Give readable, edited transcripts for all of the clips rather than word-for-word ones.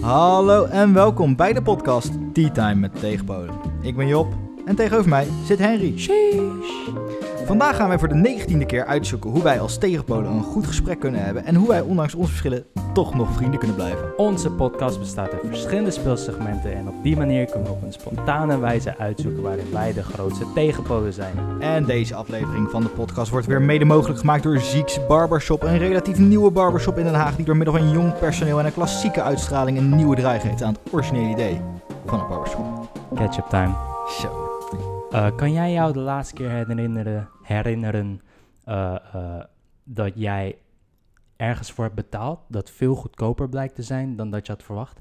Hallo en welkom bij de podcast Tea Time met Tegenpolen. Ik ben Job en tegenover mij zit Henry. Sheesh. Vandaag gaan wij voor de 19e keer uitzoeken hoe wij als tegenpolen een goed gesprek kunnen hebben en hoe wij ondanks onze verschillen toch nog vrienden kunnen blijven. Onze podcast bestaat uit verschillende speelsegmenten en op die manier kunnen we op een spontane wijze uitzoeken waarin wij de grootste tegenpolen zijn. En deze aflevering van de podcast wordt weer mede mogelijk gemaakt door Zieks Barbershop, een relatief nieuwe barbershop in Den Haag die door middel van jong personeel en een klassieke uitstraling een nieuwe draai geeft aan het originele idee van een barbershop. Catch-up time. Zo. Kan jij jou de laatste keer herinneren dat jij ergens voor hebt betaald dat veel goedkoper blijkt te zijn dan dat je had verwacht?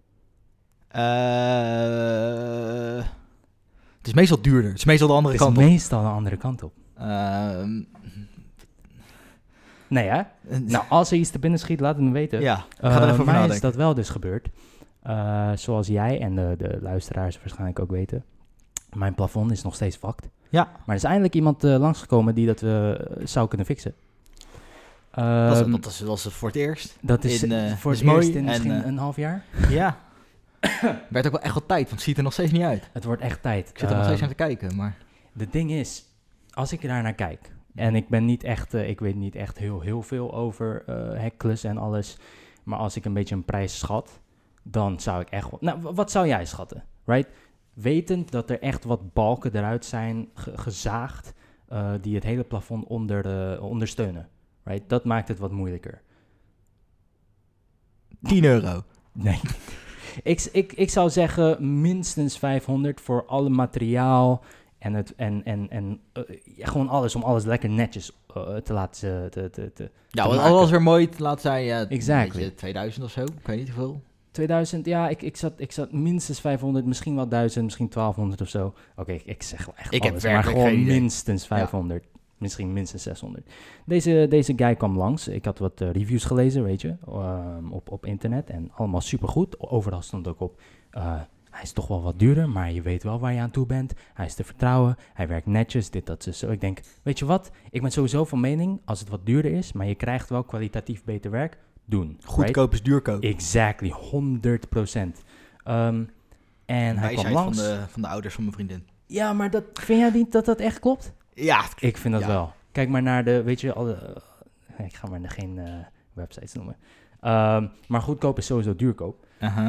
Het is meestal duurder. Het is meestal de andere kant op. Het is meestal de andere kant op. Nee hè? Nou, als er iets te binnen schiet, laat het me weten. Ja, ik ga er even over mij nadenken. is dat wel dus gebeurd. Zoals jij en de luisteraars waarschijnlijk ook weten. Mijn plafond is nog steeds vakt. Ja. Maar er is eindelijk iemand langsgekomen die dat zou kunnen fixen. Dat was voor het eerst. Dat is voor het eerst in misschien een half jaar. Ja. Werd ook wel echt wel tijd, want het ziet er nog steeds niet uit. Het wordt echt tijd. Ik zit er nog steeds aan te kijken, maar... De ding is, als ik er daar naar kijk... En ik ben niet echt... ik weet niet echt heel veel over hekklus en alles. Maar als ik een beetje een prijs schat... Dan zou ik echt... Nou, wat zou jij schatten? Right? Wetend dat er echt wat balken eruit zijn gezaagd... die het hele plafond ondersteunen. Right? Dat maakt het wat moeilijker. €10. Nee. Ik zou zeggen minstens 500 voor alle materiaal en gewoon alles om alles lekker netjes te laten Ja, te alles weer mooi te laten zijn. Ja, exactly. Een beetje 2000 of zo. Ik weet niet hoeveel. 2000, ja, ik zat minstens 500, misschien wel 1000, misschien 1200 of zo. Oké, ik zeg wel echt Ik heb alles, maar werkelijk gewoon geen idee. minstens 500. Misschien minstens 600. Deze guy kwam langs. Ik had wat reviews gelezen, weet je, op internet. En allemaal supergoed. Overal stond ook op, hij is toch wel wat duurder, maar je weet wel waar je aan toe bent. Hij is te vertrouwen, hij werkt netjes, dit, dat, zo. Ik denk, weet je wat? Ik ben sowieso van mening, als het wat duurder is, maar je krijgt wel kwalitatief beter werk, doen. Goedkoop is duurkoop. Exactly, 100%. En hij kwam langs. Van de ouders van mijn vriendin. Ja, maar vind jij niet dat dat echt klopt? Ja. Ik vind dat wel. Kijk maar naar weet je, ik ga maar geen websites noemen. Maar goedkoop is sowieso duurkoop.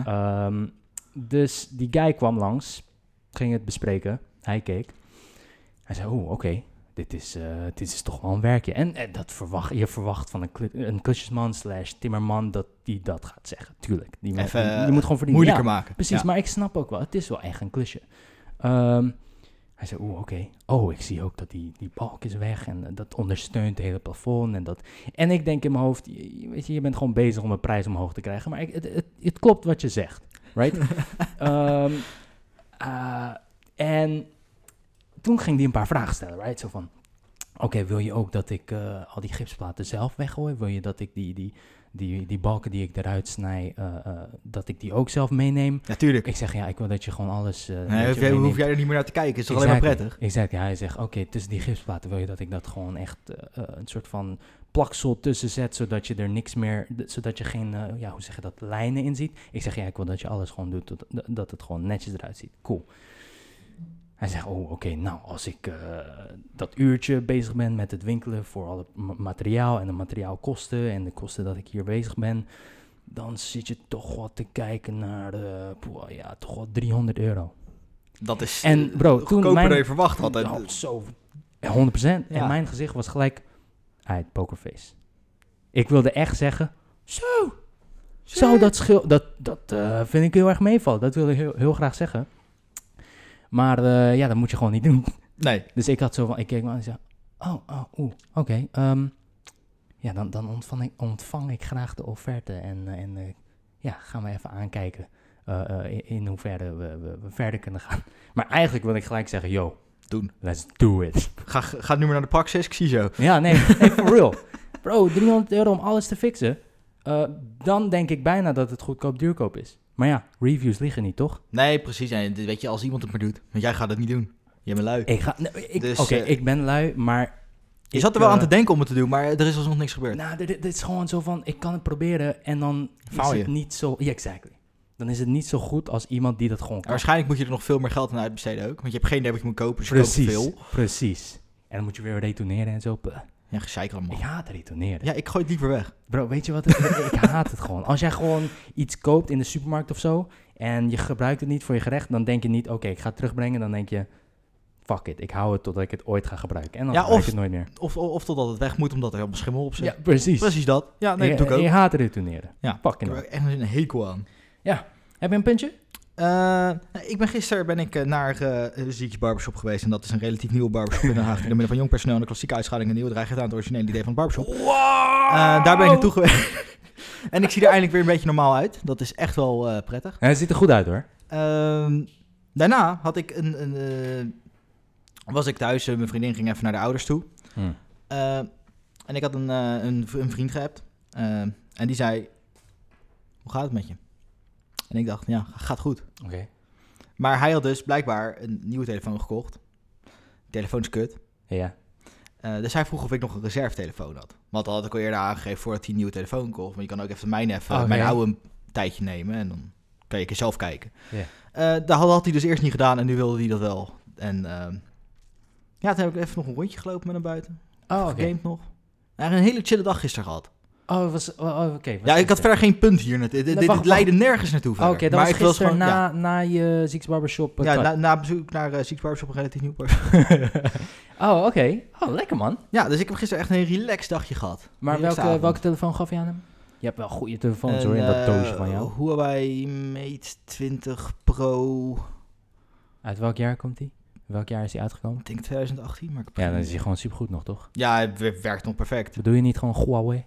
Dus die guy kwam langs, ging het bespreken. Hij keek. Hij zei, oké, dit is toch wel een werkje. En je verwacht van een klusjesman / timmerman dat die dat gaat zeggen. Tuurlijk. Die moet gewoon verdienen. Moeilijker maken. Precies, ja. maar ik snap ook wel, het is wel echt een klusje. Hij zei, oké. Ik zie ook dat die balk is weg en dat ondersteunt het hele plafond. En ik denk in mijn hoofd, weet je bent gewoon bezig om een prijs omhoog te krijgen. Maar het klopt wat je zegt, right? En toen ging hij een paar vragen stellen, right? Zo van, oké, wil je ook dat ik al die gipsplaten zelf weggooi? Wil je dat ik die balken die ik eruit snij, dat ik die ook zelf meeneem? Natuurlijk. Ik zeg, ja, ik wil dat je gewoon alles... hoef jij er niet meer naar te kijken. Is toch alleen maar prettig? Exact, ja. Hij zegt, oké, tussen die gipsplaten wil je dat ik dat gewoon echt een soort van plaksel tussen zet, zodat je er niks meer... Zodat je geen, hoe zeg je dat, lijnen in ziet. Ik zeg, ja, ik wil dat je alles gewoon doet, dat het gewoon netjes eruit ziet. Cool. Hij zegt, oké, nou, als ik dat uurtje bezig ben met het winkelen voor alle materiaal en de materiaalkosten en de kosten dat ik hier bezig ben, dan zit je toch wat te kijken naar toch wel €300. Dat is en bro, toen dan je verwacht had. Zo, 100%. Ja. En mijn gezicht was gelijk, pokerface. Ik wilde echt zeggen, zo, dat scheelt, dat vind ik heel erg meevallen. Dat wilde ik heel graag zeggen. Maar dat moet je gewoon niet doen. Nee. Dus ik had zo van, ik keek maar en zei, oké. Ja, dan ontvang ik graag de offerte en gaan we even aankijken in hoeverre we verder kunnen gaan. Maar eigenlijk wil ik gelijk zeggen, doen. Let's do it. Ga nu maar naar de praxis, ik zie zo. Ja, nee, for real. Bro, €300 om alles te fixen. Dan denk ik bijna dat het goedkoop duurkoop is. Maar ja, reviews liggen niet, toch? Nee, precies. En weet je, als iemand het maar doet. Want jij gaat het niet doen. Je bent lui. Ik ben lui, maar... Je zat er wel aan te denken om het te doen, maar er is alsnog niks gebeurd. Nou, dit is gewoon zo van, ik kan het proberen en dan faal is je. Het niet zo... Ja, exactly. dan is het niet zo goed als iemand die dat gewoon kan. Waarschijnlijk moet je er nog veel meer geld aan uitbesteden ook. Want je hebt geen idee wat je moet kopen, dus je koopt veel. Precies. En dan moet je weer retourneren en zo. Ja, gezeik allemaal. Ik haat retourneren. Ja, ik gooi het liever weg. Bro, weet je wat? Ik haat het gewoon. Als jij gewoon iets koopt in de supermarkt of zo en je gebruikt het niet voor je gerecht, dan denk je niet, oké, ik ga het terugbrengen. Dan denk je, fuck it, ik hou het totdat ik het ooit ga gebruiken. En dan gebruik ik het nooit meer. Of totdat het weg moet, omdat er helemaal schimmel op zit. Ja, precies. Precies dat. Ja, nee, dat doe ik ook. Je haat retourneren. Ja, fucking ik heb er echt een hekel aan. Ja. Heb je een puntje? Gisteren ben ik naar Ziekjes Barbershop geweest. En dat is een relatief nieuwe barbershop in Den Haag. Die door middel van jong personeel en de klassieke uitschaling een nieuwe draai geeft aan het originele idee van het barbershop. Wow! Daar ben ik naartoe geweest. En ik zie er eindelijk weer een beetje normaal uit. Dat is echt wel prettig. Ja, het ziet er goed uit hoor. Daarna had ik was ik thuis. Mijn vriendin ging even naar de ouders toe. En ik had een vriend geappt. En die zei, hoe gaat het met je? En ik dacht, ja, gaat goed. Okay. Maar hij had dus blijkbaar een nieuwe telefoon gekocht. De telefoon is kut. Ja. Dus hij vroeg of ik nog een reservetelefoon had. Want dat had ik al eerder aangegeven voordat hij een nieuwe telefoon kocht. Want je kan ook even mijn oude een tijdje nemen. En dan kan je zelf kijken. Yeah. Dat had hij dus eerst niet gedaan en nu wilde hij dat wel. En toen heb ik even nog een rondje gelopen met hem buiten. Gegamed nog. Een hele chille dag gisteren gehad. Oké. Ja, ik had verder geen punt hier. Dit leidde nergens naartoe verder. Oké, dat was gisteren na je Ziekjes Barbershop. Na bezoek naar Ziekjes Barbershop, een relatief nieuw barbershop. Oké. Lekker man. Ja, dus ik heb gisteren echt een relaxed dagje gehad. Maar welke telefoon gaf je aan hem? Je hebt wel goede telefoons hoor, in dat doosje van jou. Huawei Mate 20 Pro. Uit welk jaar komt die? Welk jaar is hij uitgekomen? Ik denk 2018. Maar dan is hij gewoon supergoed nog, toch? Ja, hij werkt nog perfect. Bedoel je niet gewoon Huawei?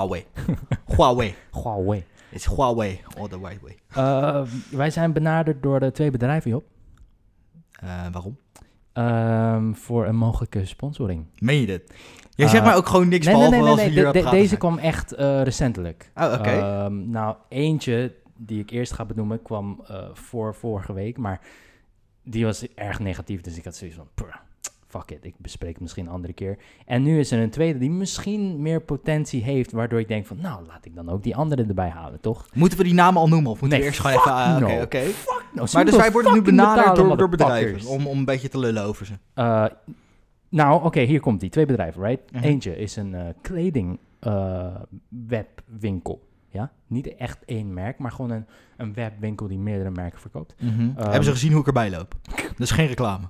Huawei. It's Huawei, all the right way. Wij zijn benaderd door de 2 bedrijven, Job. Waarom? Voor een mogelijke sponsoring. Meen je dit? Jij zegt maar ook gewoon niks behalve deze kwam echt recentelijk. Oké. Nou, eentje die ik eerst ga benoemen kwam vorige week, maar die was erg negatief, dus ik had zoiets van, fuck it, ik bespreek het misschien een andere keer. En nu is er een tweede die misschien meer potentie heeft, waardoor ik denk van, nou, laat ik dan ook die andere erbij halen, toch? Moeten we die namen al noemen, of moeten we eerst gewoon even... Oké. Fuck no. Maar dus wij worden nu benaderd door bedrijven, om een beetje te lullen over ze. Oké, hier komt die. 2 bedrijven, right? Uh-huh. Eentje is een kleding webwinkel. Ja? Niet echt één merk, maar gewoon een webwinkel die meerdere merken verkoopt. Mm-hmm. Hebben ze gezien hoe ik erbij loop? Dat is geen reclame.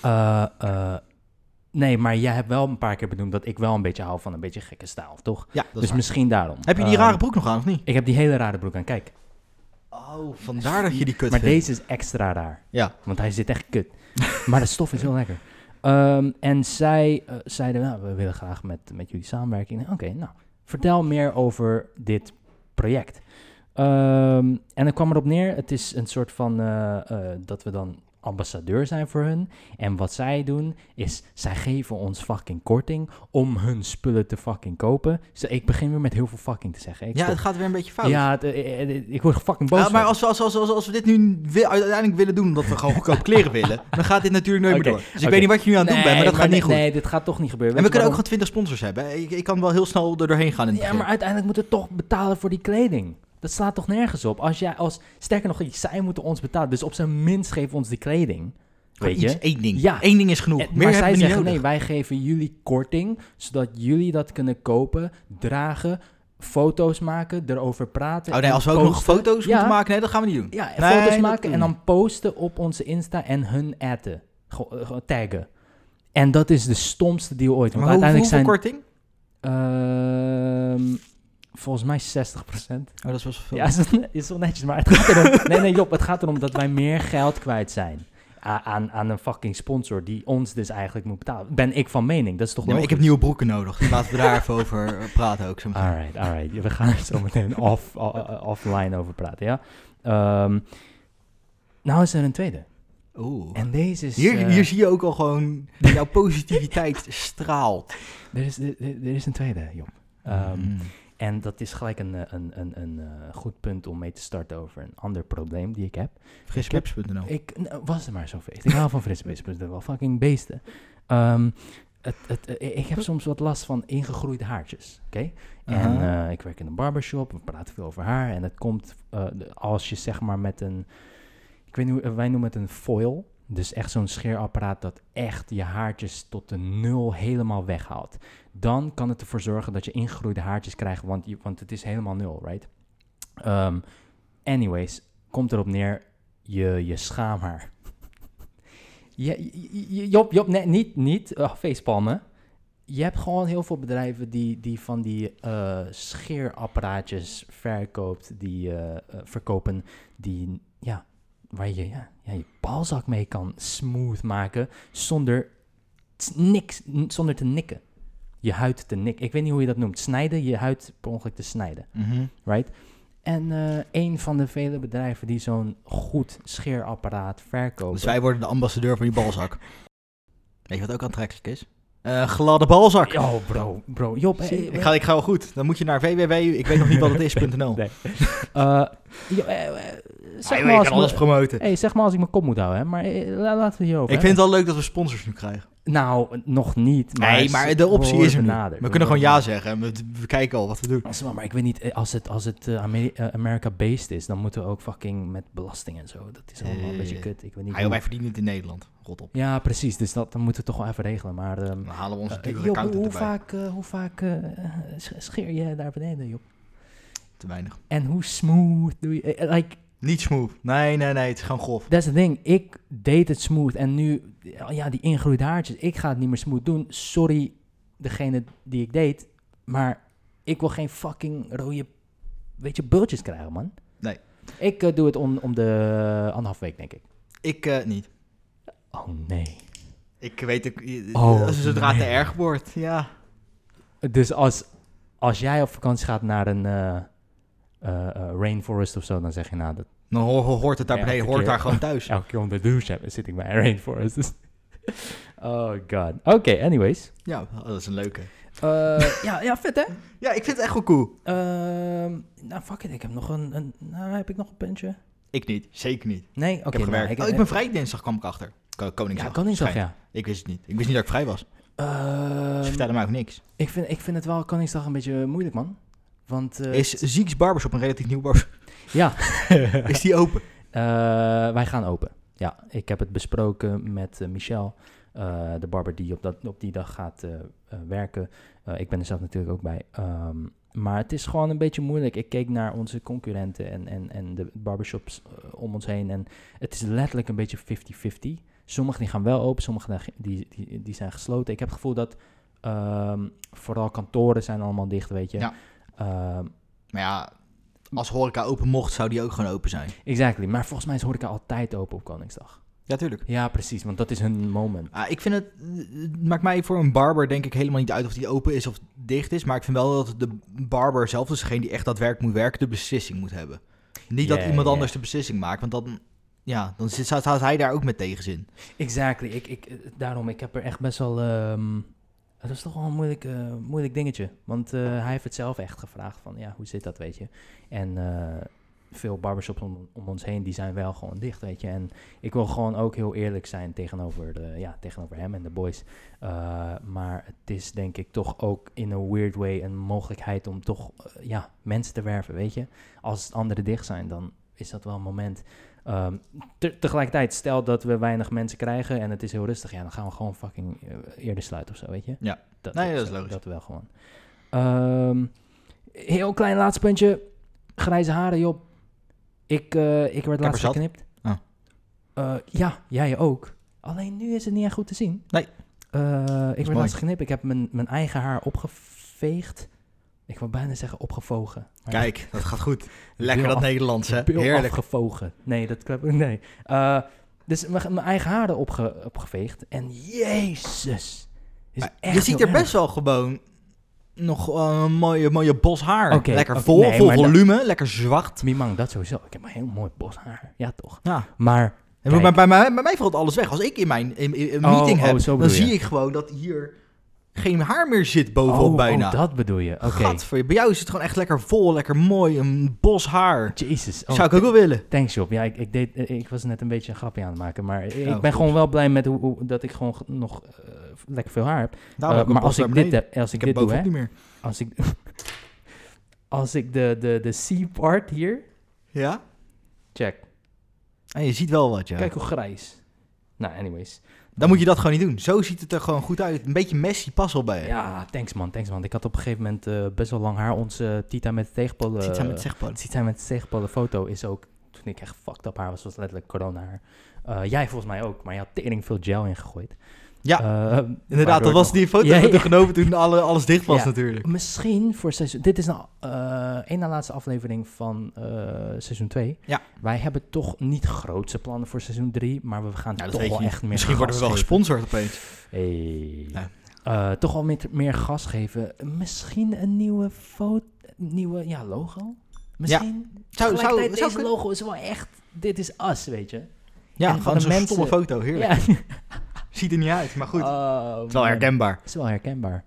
Nee, maar jij hebt wel een paar keer benoemd dat ik wel een beetje hou van een beetje gekke stijl, toch? Ja, dat dus misschien daarom. Heb je die rare broek nog aan, of niet? Ik heb die hele rare broek aan, kijk. Oh, vandaar dat je die kut maar vindt. deze is extra raar. Ja. Want hij zit echt kut. Maar de stof is heel lekker. En zij zeiden, nou, we willen graag met jullie samenwerken. Oké, nou, vertel meer over dit project. En dan kwam erop neer, het is een soort van dat we dan ambassadeur zijn voor hun. En wat zij doen, is zij geven ons fucking korting om hun spullen te fucking kopen. Dus ik begin weer met heel veel fucking te zeggen. Het gaat weer een beetje fout. Ja, ik word fucking boos. Maar als we dit nu uiteindelijk willen doen, omdat we gewoon goedkoop kleren willen, dan gaat dit natuurlijk nooit meer door. Dus ik weet niet wat je nu aan het doen bent, maar dat gaat niet goed. Nee, dit gaat toch niet gebeuren. En we kunnen ook gewoon 20 sponsors hebben. Ik kan wel heel snel er doorheen gaan in het begin. Maar uiteindelijk moeten we toch betalen voor die kleding. Dat slaat toch nergens op? Sterker nog, zij moeten ons betalen. Dus op zijn minst geven ons die kleding. Weet je? Eén ding. Ja. Eén ding is genoeg. Maar zij zeggen, nee, wij geven jullie korting, zodat jullie dat kunnen kopen, dragen, foto's maken, erover praten. Oh nee, als we ook nog foto's moeten maken, nee, dat gaan we niet doen. Ja, foto's maken en dan posten op onze Insta en hun adden. Taggen. En dat is de stomste deal ooit. Want maar uiteindelijk hoeveel korting? Volgens mij 60%. Oh, dat is wel zoveel. Ja, is wel netjes, maar het gaat erom... Nee, Job, het gaat erom dat wij meer geld kwijt zijn aan een fucking sponsor die ons dus eigenlijk moet betalen. Ben ik van mening, dat is toch logisch? Ik heb nieuwe broeken nodig. Laten we daar even over praten ook. Alright. We gaan er zo meteen offline over praten, ja. Nou is er een tweede. Oeh. En deze is... Hier zie je ook al gewoon... jouw positiviteit straalt. Er is een tweede, Job. En dat is gelijk een goed punt om mee te starten over een ander probleem die ik heb. Frisbeps.nl. Was er maar zo feest. Ik hou van frisbeps.nl. Wel fucking beesten. Ik heb soms wat last van ingegroeide haartjes, oké? En ik werk in een barbershop, we praten veel over haar. En het komt als je zeg maar met een... Ik weet niet, wij noemen het een foil. Dus echt zo'n scheerapparaat dat echt je haartjes tot de 0 helemaal weghaalt. Dan kan het ervoor zorgen dat je ingegroeide haartjes krijgt, want het is helemaal 0, right? Anyways, komt erop neer, je schaamhaar. Job, nee, niet facepalmen. Je hebt gewoon heel veel bedrijven die van die scheerapparaatjes verkopen, die, ja, waar je je balzak mee kan smooth maken zonder te nikken. Je huid te nikken. Ik weet niet hoe je dat noemt. Snijden, je huid per ongeluk te snijden. Mm-hmm. Right? En een van de vele bedrijven die zo'n goed scheerapparaat verkopen. Dus wij worden de ambassadeur van die balzak. Weet je wat ook aantrekkelijk is? Gladde balzak. Oh, bro. Job, ik ga wel goed. Dan moet je naar www, ik weet nog niet wat het is.nl. Nee. Zeg maar, kan alles promoten. Hey, zeg maar als ik mijn kop moet houden, hè. Maar laten we hierover. Ik vind het wel leuk dat we sponsors nu krijgen. Nou, nog niet. Maar nee, maar de optie is er nu. We kunnen gewoon ja zeggen. En we kijken al wat we doen. Maar ik weet niet, als het America-based is, dan moeten we ook fucking met belasting en zo. Dat is allemaal een beetje kut. Ik weet niet wij verdienen het in Nederland. Rot op. Ja, precies. Dus dan moeten we toch wel even regelen. Maar dan halen we onze dure accountant erbij. Hoe vaak scheer je daar beneden, Job? Te weinig. En hoe smooth doe je... Niet smooth. Nee, het is gewoon grof. Dat is het ding. Ik deed het smooth en nu, die ingegroeide haartjes, ik ga het niet meer smooth doen. Sorry, degene die ik deed, maar ik wil geen fucking rode, bultjes krijgen, man. Nee. Ik doe het om de 1,5 week, denk ik. Ik niet. Oh, nee. Ik weet het, zodra het te erg wordt, ja. Dus als jij op vakantie gaat naar een... rainforest of zo, dan zeg je dat... Dan hoort het daar beneden, hoort daar gewoon thuis. Elke keer om de douche heb, zit ik bij een rainforest. Oh god. Oké, anyways. Ja, dat is een leuke. Vet hè? Ja, ik vind het echt wel cool. Fuck it, ik heb nog heb ik nog een puntje? Ik niet, zeker niet. Nee? Oké. Ik heb gewerkt. Ik ben vrij dinsdag, kwam ik achter. Koningsdag. Ja, Koningsdag, ja. Ik wist het niet. Ik wist niet dat ik vrij was. Ze vertellen mij ook niks. Ik vind het wel Koningsdag een beetje moeilijk, man. Want, is Zieks Barbershop een relatief nieuw barbershop? Ja. Is die open? Wij gaan open. Ja, ik heb het besproken met Michel, de barber die op die dag gaat werken. Ik ben er zelf natuurlijk ook bij. Maar het is gewoon een beetje moeilijk. Ik keek naar onze concurrenten en de barbershops om ons heen. En het is letterlijk een beetje 50-50. Sommigen die gaan wel open, sommigen die zijn gesloten. Ik heb het gevoel dat vooral kantoren zijn allemaal dicht, weet je. Ja. Maar ja, als horeca open mocht, zou die ook gewoon open zijn. Exactly, maar volgens mij is horeca altijd open op Koningsdag. Ja, tuurlijk. Ja, precies, want dat is hun moment. Ik vind het maakt mij voor een barber denk ik helemaal niet uit of die open is of dicht is. Maar ik vind wel dat de barber zelf, dus degene die echt daadwerkelijk moet werken, de beslissing moet hebben. Niet dat iemand anders de beslissing maakt, want dan staat hij daar ook met tegenzin. Exactly, ik heb er echt best wel... Het is toch wel een moeilijk dingetje. Want hij heeft het zelf echt gevraagd van, hoe zit dat, weet je. En veel barbershops om ons heen, die zijn wel gewoon dicht, weet je. En ik wil gewoon ook heel eerlijk zijn tegenover hem en de boys. Maar het is denk ik toch ook in een weird way een mogelijkheid om toch mensen te werven, weet je. Als andere dicht zijn, dan is dat wel een moment... Tegelijkertijd, stel dat we weinig mensen krijgen en het is heel rustig, dan gaan we gewoon fucking eerder sluiten of zo, weet je? Ja, dat is logisch. Dat wel gewoon. Heel klein laatste puntje. Grijze haren, Job. Ik werd laatst geknipt. Ja, jij ook. Alleen nu is het niet echt goed te zien. Nee. Ik werd laatst geknipt. Ik heb mijn eigen haar opgeveegd. Ik wou bijna zeggen opgevogen. Kijk, dat gaat goed. Lekker dat Nederlands, hè? Heerlijk. Opgevogen. Nee, dat klopt. Nee. Dus mijn eigen haren opgeveegd. En jezus. Je ziet er best wel gewoon nog een mooie bos haar. Okay, lekker vol volume, lekker zwart. Mimang, dat sowieso. Ik heb een heel mooi bos haar. Ja, toch? Ja. Maar... Bij mij valt alles weg. Als ik in mijn meeting heb, dan zie ik gewoon dat hier geen haar meer zit bovenop bijna. Oh, dat bedoel je. Oké. Gadver, bij jou is het gewoon echt lekker vol, lekker mooi, een bos haar. Jezus. Zou ik ook wel willen. Thanks, Job. Ja, ik was net een beetje een grapje aan het maken, maar ik ben goed. gewoon wel blij met dat ik gewoon nog lekker veel haar heb. Daarom heb ik Maar een als bos ik naar dit beneden. heb, als ik Ik heb dit doe, bovenop hè, niet meer. als ik de C-part hier, Ja? check. En je ziet wel wat, ja. Kijk hoe grijs. Nou, anyways. Dan moet je dat gewoon niet doen. Zo ziet het er gewoon goed uit. Een beetje messy past wel bij je. Ja, thanks man. Ik had op een gegeven moment best wel lang haar. Onze Tita met de tegenpolen... Ziet zijn met zegpolen. Tita met de tegenpolen foto is ook... Toen ik echt fucked up haar was letterlijk corona haar. Jij volgens mij ook, maar je had tering veel gel ingegooid. Ja, inderdaad. Dat was die foto die we genomen toen alles dicht was natuurlijk. Misschien voor seizoen... Dit is nou één na laatste aflevering van seizoen 2. Ja. Wij hebben toch niet grootse plannen voor seizoen 3, maar we gaan toch wel echt meer Misschien worden we wel gesponsord opeens. Hey. Ja. Toch al meer gas geven. Misschien een nieuwe logo? Misschien. Zou Deze logo is wel echt... Dit is us, weet je. Ja, en gewoon zo'n stomme foto. Heerlijk. Ja. Ziet er niet uit, maar goed. Het is wel herkenbaar. Het is wel herkenbaar.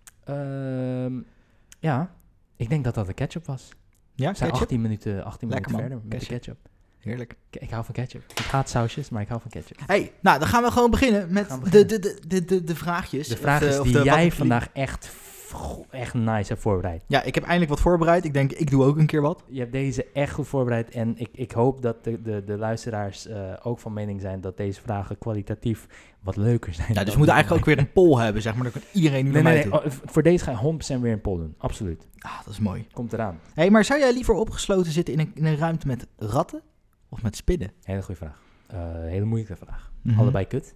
Ja, ik denk dat dat de ketchup was. Ja, We zijn 18 minuten Lekker, man. verder met de ketchup. Heerlijk. Ik hou van ketchup. Ik haat sausjes, maar ik hou van ketchup. Hey, nou, dan gaan we gewoon beginnen met de vraagjes. De vraag is die jij vandaag echt nice hebt voorbereid. Ja, ik heb eindelijk wat voorbereid. Ik denk, ik doe ook een keer wat. Je hebt deze echt goed voorbereid. En ik hoop dat de luisteraars ook van mening zijn dat deze vragen kwalitatief wat leuker zijn. Ja, dus we moeten eigenlijk ook weer een poll hebben, zeg maar. Dan kan iedereen nu naar mij toe. Voor deze ga je 100% weer een poll doen. Absoluut. Ah, dat is mooi. Komt eraan. Hey, maar zou jij liever opgesloten zitten in een ruimte met ratten of met spinnen? Hele goede vraag. Hele moeilijke vraag. Mhm. Allebei kut.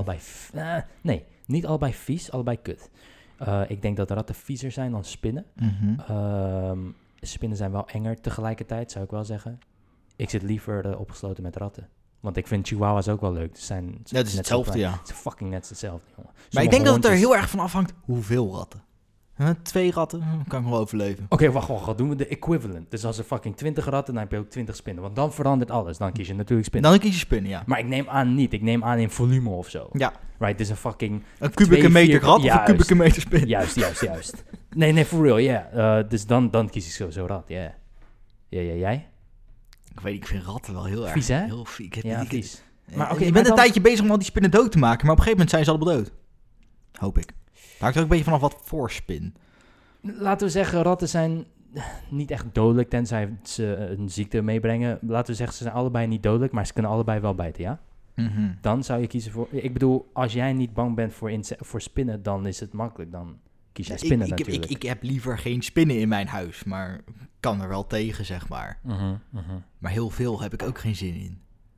Nee, niet allebei vies, allebei kut. Ik denk dat ratten viezer zijn dan spinnen. Spinnen zijn wel enger tegelijkertijd, zou ik wel zeggen. Ik zit liever opgesloten met ratten. Want ik vind chihuahuas ook wel leuk. Dat is hetzelfde, ja. Het is fucking net hetzelfde, jongen. Maar ik denk dat het er heel erg van afhangt hoeveel ratten. 2 ratten, kan ik wel overleven. Oké, wacht, doen we de equivalent. Dus als er fucking 20 ratten, dan heb je ook 20 spinnen. Want dan verandert alles. Dan kies je natuurlijk spinnen. Dan kies je spinnen, ja. Maar ik neem aan niet. Ik neem aan in volume of zo. Ja. Right, dus een fucking... Een kubieke meter rat of een kubieke meter spin? Juist. Nee, for real, yeah. Dus dan kies ik sowieso rat, yeah. Jij? Ik weet, ik vind ratten wel heel erg... Vies, hè? Heel vies. Ja, vies. Maar je bent een tijdje bezig om al die spinnen dood te maken, maar op een gegeven moment zijn ze allemaal dood. Hoop ik. Hangt er ook een beetje vanaf wat voor spin. Laten we zeggen, ratten zijn niet echt dodelijk, tenzij ze een ziekte meebrengen. Laten we zeggen, ze zijn allebei niet dodelijk, maar ze kunnen allebei wel bijten, ja? Mm-hmm. Dan zou je kiezen voor... Ik bedoel, als jij niet bang bent voor spinnen, dan is het makkelijk. Dan kies jij spinnen natuurlijk. Ik heb liever geen spinnen in mijn huis, maar kan er wel tegen, zeg maar. Maar heel veel heb ik ook geen zin in.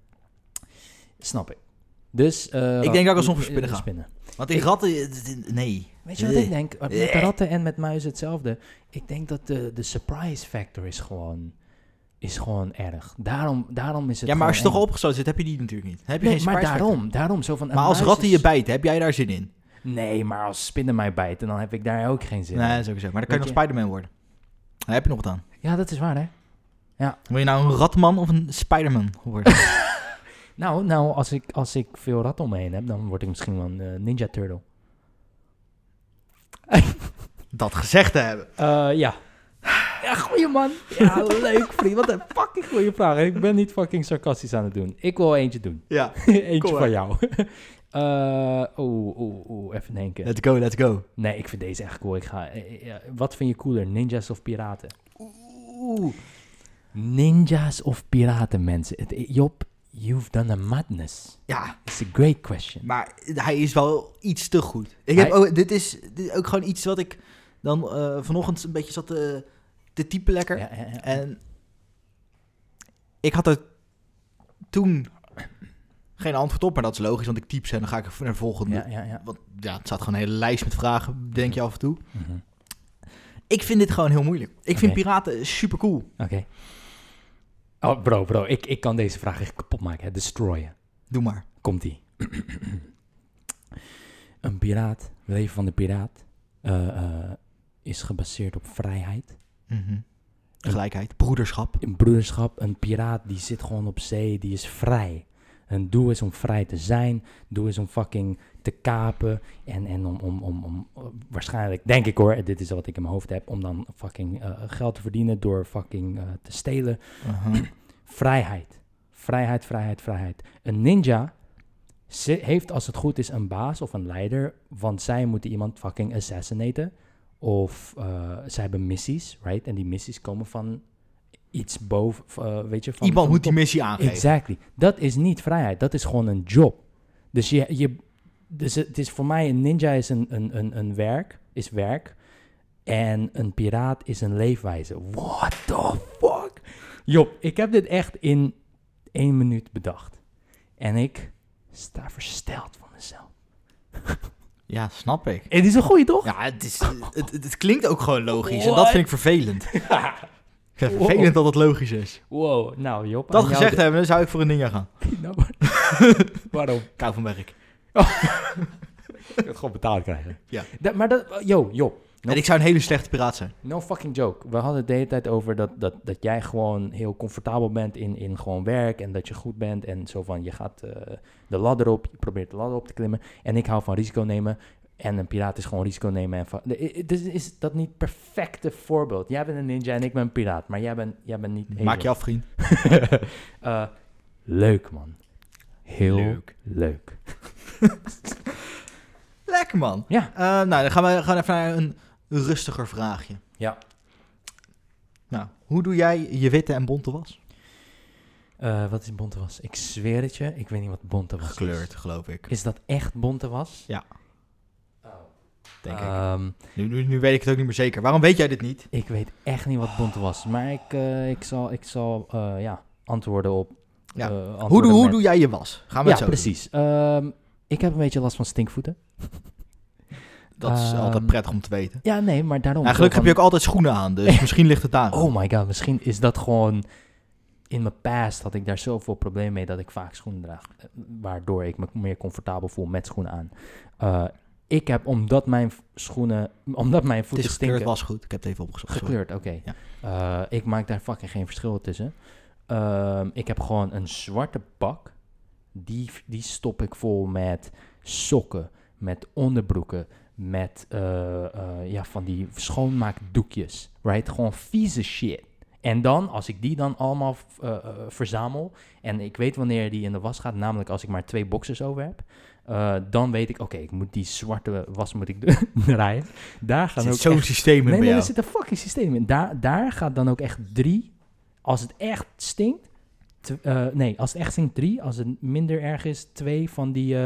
Snap ik. Dus... ik denk dat ik alsnog voor spinnen ga. Spinnen. Want die ratten... Nee. Weet je wat ik denk? Met ratten en met muizen hetzelfde. Ik denk dat de surprise factor is gewoon erg. Daarom is het. Ja, maar als je toch opgesloten zit, heb je die natuurlijk niet. Heb je geen surprise factor. Daarom zo van. Maar als ratten je bijten, heb jij daar zin in? Nee, maar als spinnen mij bijten, dan heb ik daar ook geen zin in. Nee, dat is ook zo. Maar dan kan je nog Spider-Man worden. Daar heb je nog wat aan. Ja, dat is waar, hè? Ja. Wil je nou een ratman of een Spider-Man worden? Nou, als ik veel ratten om me heen heb, dan word ik misschien wel een Ninja Turtle. Dat gezegd te hebben. Ja. Ja, goeie man. Ja, leuk vriend. Wat een fucking goeie vraag. Ik ben niet fucking sarcastisch aan het doen. Ik wil eentje doen. Ja. Eentje van jou. Even denken. Let's go. Nee, ik vind deze echt cool. Wat vind je cooler, ninjas of piraten? Ninjas of piraten, mensen. Job, you've done a madness. Ja. It's a great question. Maar hij is wel iets te goed. Dit is ook gewoon iets wat ik dan vanochtend een beetje zat te typen lekker. Ja. En ik had er toen geen antwoord op, maar dat is logisch, want ik typ ze en dan ga ik naar de volgende. Ja. Want ja, het staat gewoon een hele lijst met vragen, denk je af en toe. Mm-hmm. Ik vind dit gewoon heel moeilijk. Ik vind piraten super cool. Oké. Oh, bro, ik kan deze vraag echt kapot maken. Destroyen. Doe maar. Komt-ie. Een piraat, leven van de piraat, is gebaseerd op vrijheid. Mm-hmm. Gelijkheid, broederschap. Een broederschap, een piraat die zit gewoon op zee, die is vrij. Hun doel is om vrij te zijn. Doel is om fucking te kapen. En om waarschijnlijk, denk ik hoor, dit is wat ik in mijn hoofd heb, om dan fucking geld te verdienen door fucking te stelen. Vrijheid. Vrijheid. Een ninja heeft als het goed is een baas of een leider, want zij moeten iemand fucking assassinaten. Of zij hebben missies, right? En die missies komen van iets boven, weet je. Iemand moet die missie aangeven. Exactly. Dat is niet vrijheid, dat is gewoon een job. Dus dus het is voor mij, een ninja is een werk. En een piraat is een leefwijze. What the fuck? Job, ik heb dit echt in 1 minuut bedacht. En ik sta versteld van mezelf. Ja, snap ik. Het is een goeie, toch? Ja, het klinkt ook gewoon logisch. En dat vind ik vervelend. Ik vind het vervelend dat het logisch is. Wow, nou Job. Dat gezegd hebben, dan zou ik voor een ninja gaan. Nou, waarom? Kou van werk. Ik wil het gewoon betaald krijgen. Ja. Job. En ik zou een hele slechte piraat zijn. No fucking joke. We hadden het de hele tijd over dat jij gewoon heel comfortabel bent in gewoon werk. En dat je goed bent. En zo van, je gaat de ladder op. Je probeert de ladder op te klimmen. En ik hou van risico nemen. En een piraat is gewoon risico nemen. Dus is dat niet het perfecte voorbeeld? Jij bent een ninja en ik ben een piraat. Maar jij bent niet... Maak je af, vriend. Leuk, man. Heel leuk. Lekker, man. Ja. Nou, dan gaan we even naar een rustiger vraagje. Ja. Nou, hoe doe jij je witte en bonte was? Wat is bonte was? Ik zweer het je, ik weet niet wat bonte was. Gekleurd, geloof ik. Is dat echt bonte was? Ja. Denk ik. Nu weet ik het ook niet meer zeker. Waarom weet jij dit niet? Ik weet echt niet wat bonte was. Maar ik zal antwoorden op... Ja. Hoe doe jij je was? Gaan we het zo precies. Ik heb een beetje last van stinkvoeten. Dat is altijd prettig om te weten. Ja, nee, maar daarom... Nou, gelukkig heb je ook altijd schoenen aan, dus misschien ligt het daar. Oh my god, misschien is dat gewoon... In mijn past had ik daar zoveel problemen mee dat ik vaak schoenen draag. Waardoor ik me meer comfortabel voel met schoenen aan. Ik heb, omdat mijn voeten stinken... gekleurd was goed, ik heb het even opgezocht. Gekleurd, oké. Ja. Ik maak daar fucking geen verschil tussen. Ik heb gewoon een zwarte bak. Die stop ik vol met sokken, met onderbroeken, met van die schoonmaakdoekjes. Right? Gewoon vieze shit. En dan, als ik die dan allemaal verzamel, en ik weet wanneer die in de was gaat, namelijk als ik maar 2 boxers over heb, dan weet ik, oké, ik moet die zwarte was draaien. Daar gaan ook zo'n systeem in bij jou. Er zit een fucking systeem in. Daar gaat dan ook echt 3, als het echt stinkt, als het echt stinkt 3, als het minder erg is 2 van die,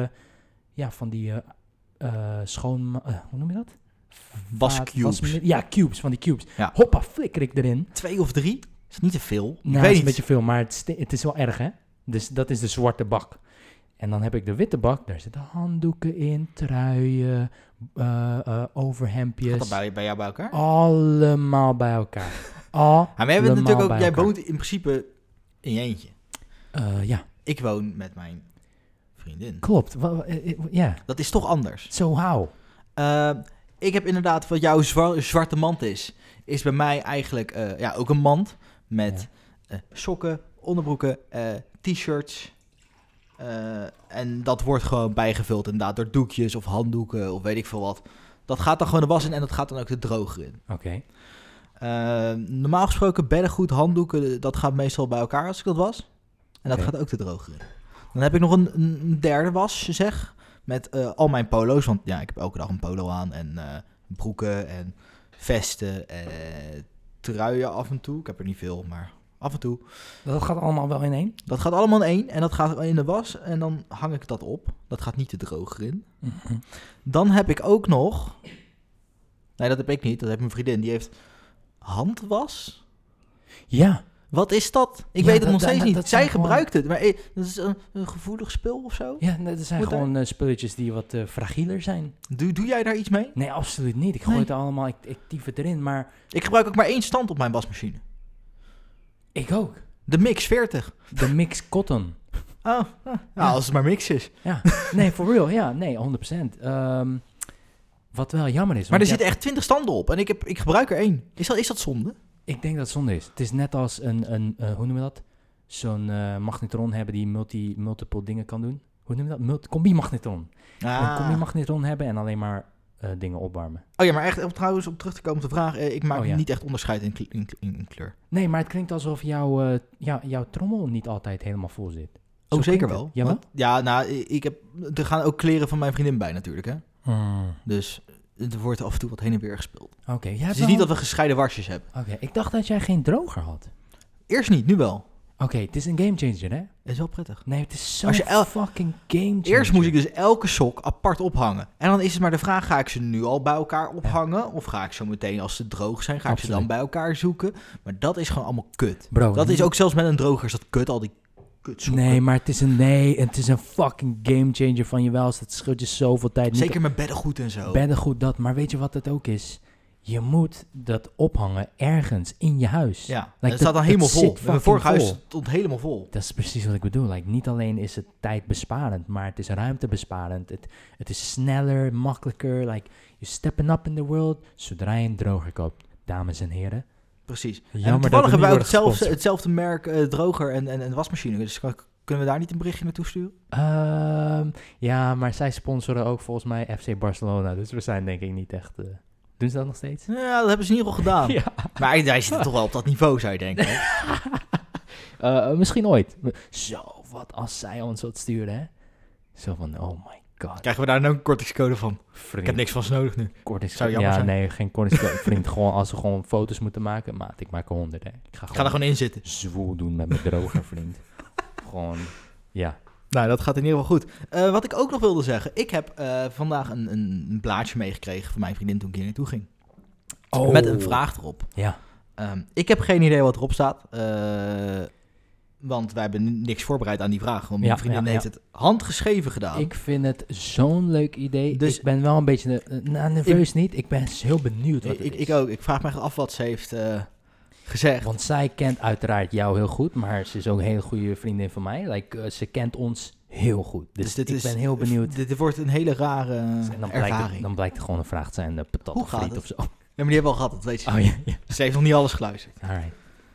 hoe noem je dat? Wascubes. Cubes, van die cubes. Ja. Hoppa, flikker ik erin. 2 of 3? Is niet te veel. Nou, het is een beetje veel, maar het is wel erg, hè? Dus dat is de zwarte bak. En dan heb ik de witte bak. Daar zitten handdoeken in, truien, overhemdjes. Gaat dat bij jou bij elkaar? Allemaal bij elkaar. Maar we hebben natuurlijk ook... Jij woont in principe in je eentje. Ja. Ik woon met mijn vriendin. Klopt. Ja. Dat is toch anders. So how? Ik heb inderdaad, wat jouw zwarte mand is bij mij eigenlijk ook een mand met sokken, onderbroeken, t-shirts. En dat wordt gewoon bijgevuld inderdaad door doekjes of handdoeken of weet ik veel wat. Dat gaat dan gewoon de was in en dat gaat dan ook de droger in. Oké. Normaal gesproken beddengoed, handdoeken, dat gaat meestal bij elkaar als ik dat was. En dat gaat ook de droger in. Dan heb ik nog een derde was, zeg. Met al mijn polo's, want ja, ik heb elke dag een polo aan en broeken en vesten en truien af en toe. Ik heb er niet veel, maar af en toe. Dat gaat allemaal wel in één? Dat gaat allemaal in één en dat gaat in de was en dan hang ik dat op. Dat gaat niet de droger in. Mm-hmm. Dan heb ik ook nog... Nee, dat heb ik niet. Dat heeft mijn vriendin. Die heeft handwas. Ja. Wat is dat? Ik weet het nog steeds niet. Zij gebruikt het, maar dat is een gevoelig spul of zo? Ja, dat zijn gewoon spulletjes die wat fragieler zijn. Doe jij daar iets mee? Nee, absoluut niet. Ik gooi het allemaal, ik tyf het erin, maar... Ik gebruik ook maar 1 stand op mijn wasmachine. Ik ook. De Mix 40. De Mix Cotton. Oh, als het maar mix is. Ja, nee, for real. Ja, nee, 100%. Wat wel jammer is. Maar er zitten echt 20 standen op en ik gebruik er 1. Is dat zonde? Ik denk dat het zonde is. Het is net als een hoe noem je dat? zo'n magnetron hebben die multiple dingen kan doen. Hoe noem je dat? Combi-magnetron. Een combi-magnetron hebben en alleen maar dingen opwarmen. Oh ja, maar echt trouwens om terug te komen op de vraag. Ik maak niet echt onderscheid in kleur. Nee, maar het klinkt alsof jouw trommel niet altijd helemaal vol zit. Zo zeker wel. Jawel? Ja, nou, er gaan ook kleren van mijn vriendin bij natuurlijk, hè. Dus er wordt af en toe wat heen en weer gespeeld. Oké. Het is niet dat we gescheiden wasjes hebben. Oké, ik dacht dat jij geen droger had. Eerst niet, nu wel. Oké, het is een gamechanger, hè? Dat is wel prettig. Nee, het is zo'n fucking gamechanger. Eerst moest ik dus elke sok apart ophangen. En dan is het maar de vraag, ga ik ze nu al bij elkaar ophangen? Ja. Of ga ik zo meteen, als ze droog zijn, ga ik ze dan bij elkaar zoeken? Maar dat is gewoon allemaal kut. Bro, dat is ook zelfs met een droger is dat kut, al die kutsokken. Nee, maar het is een fucking gamechanger van je welst. Het scheelt je zoveel tijd. Zeker met beddengoed en zo. Beddengoed, dat. Maar weet je wat het ook is? Je moet dat ophangen ergens in je huis. Ja, het staat dan helemaal vol. Mijn vorige huis stond helemaal vol. Dat is precies wat ik bedoel. Niet alleen is het tijdbesparend, maar het is ruimtebesparend. Het is sneller, makkelijker. You're stepping up in the world. Zodra je een droger koopt, dames en heren. Precies. En toevallig hebben we ook hetzelfde merk droger en wasmachine. Dus kunnen we daar niet een berichtje naartoe sturen? Ja, maar zij sponsoren ook volgens mij FC Barcelona. Dus we zijn denk ik niet echt... Doen ze dat nog steeds? Ja, dat hebben ze in ieder geval gedaan. Ja. Maar wij zitten toch wel op dat niveau, zou je denken. Misschien ooit. Zo, wat als zij ons wat sturen, hè? Zo van, oh my god. Krijgen we daar nou een kortingscode van? Vriend. Ik heb niks van ze nodig nu. Zou jammer zijn. Nee, geen kortingscode. Vriend, gewoon als we gewoon foto's moeten maken. Maat, ik maak 100, hè. Ik ga er gewoon in zitten. Zwoel doen met mijn droger, vriend. Gewoon, ja. Nou, dat gaat in ieder geval goed. Wat ik ook nog wilde zeggen. Ik heb vandaag een blaadje meegekregen van mijn vriendin toen ik hier naartoe ging. Oh. Met een vraag erop. Ja. Ik heb geen idee wat erop staat. Want wij hebben niks voorbereid aan die vraag. Want mijn vriendin heeft het handgeschreven gedaan. Ik vind het zo'n leuk idee. Dus ik ben wel een beetje nerveus niet. Ik ben heel benieuwd wat het is. Ik ook. Ik vraag me echt af wat ze heeft gezegd. Want zij kent uiteraard jou heel goed, maar ze is ook een hele goede vriendin van mij. Ze kent ons heel goed. Dus ik ben heel benieuwd. Dit wordt een hele rare ervaring. Dan blijkt het gewoon een vraag te zijn, patat of friet of zo. Ja, maar die hebben we al gehad, dat weet je. Oh, ja. Ze heeft nog niet alles geluisterd. Alright.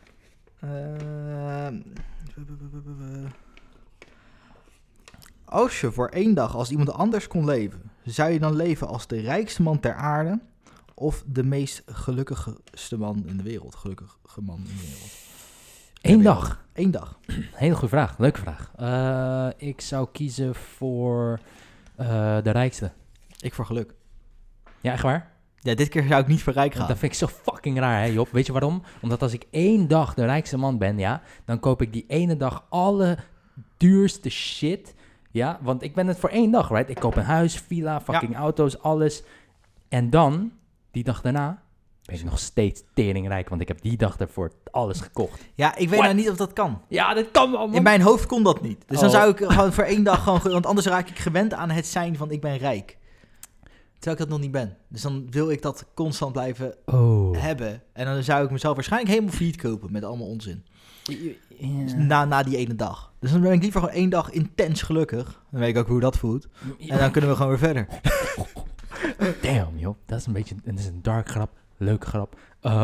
Als je voor 1 dag als iemand anders kon leven, zou je dan leven als de rijkste man ter aarde of de meest gelukkigste man in de wereld? Gelukkige man in de wereld. 1 dag? 1 dag. Hele goede vraag, leuke vraag. Ik zou kiezen voor de rijkste. Ik voor geluk. Ja, echt waar? Ja, dit keer zou ik niet voor rijk gaan. Dat vind ik zo fucking raar, hè Job. Weet je waarom? Omdat als ik 1 dag de rijkste man ben, ja, dan koop ik die ene dag alle duurste shit. Ja, want ik ben het voor 1 dag, right? Ik koop een huis, villa, fucking auto's, alles. En dan, die dag daarna, ben ik nog steeds teringrijk, want ik heb die dag ervoor alles gekocht. Ja, ik weet nou niet of dat kan. Ja, dat kan wel, man. In mijn hoofd kon dat niet. Dus dan zou ik gewoon voor 1 dag gewoon... Want anders raak ik gewend aan het zijn van ik ben rijk. Terwijl ik dat nog niet ben. Dus dan wil ik dat constant blijven hebben. En dan zou ik mezelf waarschijnlijk helemaal failliet kopen met allemaal onzin. Dus na die ene dag. Dus dan ben ik liever gewoon 1 dag intens gelukkig. Dan weet ik ook hoe dat voelt. En dan kunnen we gewoon weer verder. Damn, joh. Dat is een dark grap. Leuke grap.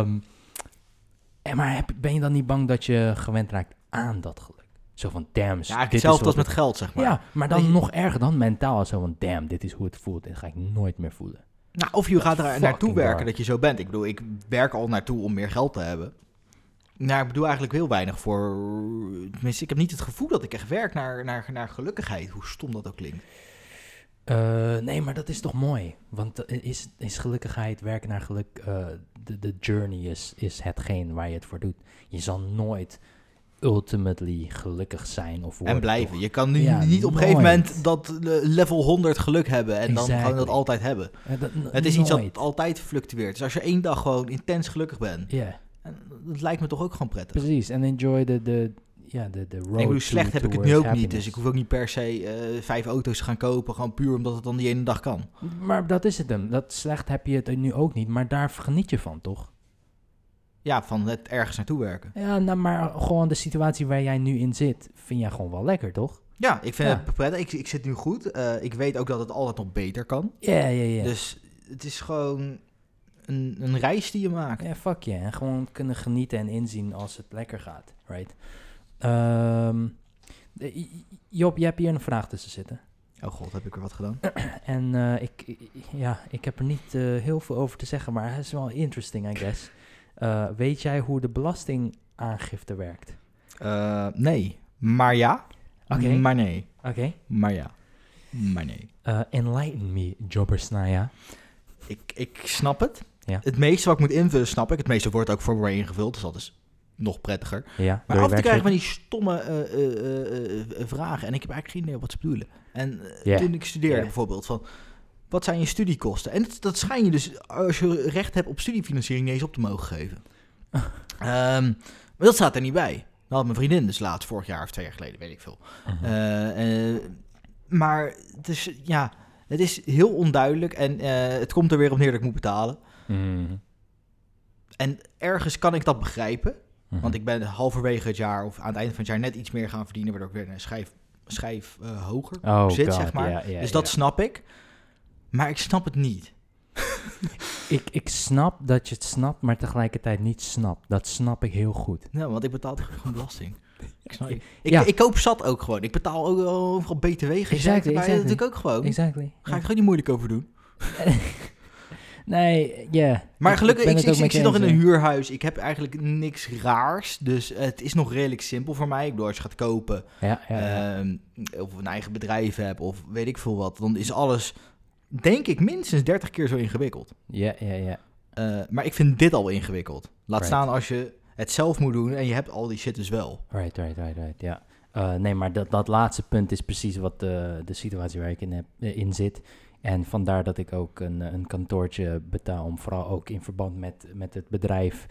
Maar ben je dan niet bang dat je gewend raakt aan dat geluk? Zo van, damn. Ja, hetzelfde als met geld, zeg maar. Ja, maar dan nog erger dan mentaal. Zo van, damn, dit is hoe het voelt. Dit ga ik nooit meer voelen. Nou, of je gaat er naartoe werken dat je zo bent. Ik bedoel, ik werk al naartoe om meer geld te hebben. Nou, ik bedoel eigenlijk heel weinig voor... Tenminste, ik heb niet het gevoel dat ik echt werk naar gelukkigheid. Hoe stom dat ook klinkt. Nee, maar dat is toch mooi? Want is gelukkigheid, werken naar geluk... De journey is hetgeen waar je het voor doet. Je zal nooit ultimately gelukkig zijn of worden. En blijven. Je kan nu niet op een gegeven moment dat level 100 geluk hebben en dan gewoon dat altijd hebben. Het is iets dat altijd fluctueert. Dus als je 1 dag gewoon intens gelukkig bent, dat lijkt me toch ook gewoon prettig. Precies, en enjoy de road. Ik bedoel, slecht heb ik het nu ook niet, dus ik hoef ook niet per se 5 auto's te gaan kopen, gewoon puur omdat het dan die ene dag kan. Maar dat is het hem. Dat slecht heb je het nu ook niet, maar daar geniet je van, toch? Ja, van het ergens naartoe werken. Ja, nou, maar gewoon de situatie waar jij nu in zit, vind jij gewoon wel lekker, toch? Ja, ik vind het prettig. Ik zit nu goed. Ik weet ook dat het altijd nog beter kan. Ja. Dus het is gewoon een reis die je maakt. Ja, fuck je. En gewoon kunnen genieten en inzien als het lekker gaat, right? Job, je hebt hier een vraag tussen zitten. Oh god, heb ik er wat gedaan? En ik heb er niet heel veel over te zeggen, maar het is wel interesting, I guess. Weet jij hoe de belastingaangifte werkt? Nee, maar ja. Oké. Maar nee. Oké. Maar ja. Maar nee. Enlighten me, Jobbersnaya. Ik snap het. Ja. Het meeste wat ik moet invullen, snap ik. Het meeste wordt ook voor me ingevuld, dus dat is nog prettiger. Ja, Maar af en toe krijgen we die stomme vragen. En ik heb eigenlijk geen idee wat ze bedoelen. En toen ik studeerde bijvoorbeeld van... Wat zijn je studiekosten? En dat schijn je dus, als je recht hebt op studiefinanciering, niet eens op te mogen geven. Maar dat staat er niet bij. Dat had mijn vriendin dus laatst, vorig jaar of 2 jaar geleden, weet ik veel. Maar het is heel onduidelijk en het komt er weer op neer dat ik moet betalen. En ergens kan ik dat begrijpen. Want ik ben halverwege het jaar of aan het einde van het jaar net iets meer gaan verdienen, waardoor ik weer een schijf hoger zit, zeg maar. Dus dat snap ik. Maar ik snap het niet. Ik snap dat je het snapt, maar tegelijkertijd niet snapt. Dat snap ik heel goed. Nou, want ik betaal gewoon belasting. Ik koop zat ook gewoon. Ik betaal ook overal BTW. Exactly. Dat natuurlijk ook gewoon. Exactly. Ga ik gewoon niet moeilijk over doen. Nee, ja. Maar gelukkig, ik zit nog in een huurhuis. Ik heb eigenlijk niks raars. Dus het is nog redelijk simpel voor mij. Ik bedoel, als je gaat kopen, of een eigen bedrijf hebt, of weet ik veel wat, dan is alles, denk ik, minstens 30 keer zo ingewikkeld. Ja. Maar ik vind dit al ingewikkeld. Laat staan als je het zelf moet doen en je hebt al die shit dus wel. Right, ja. Nee, maar dat laatste punt is precies wat de situatie waar ik in zit. En vandaar dat ik ook een kantoortje betaal, om vooral ook in verband met het bedrijf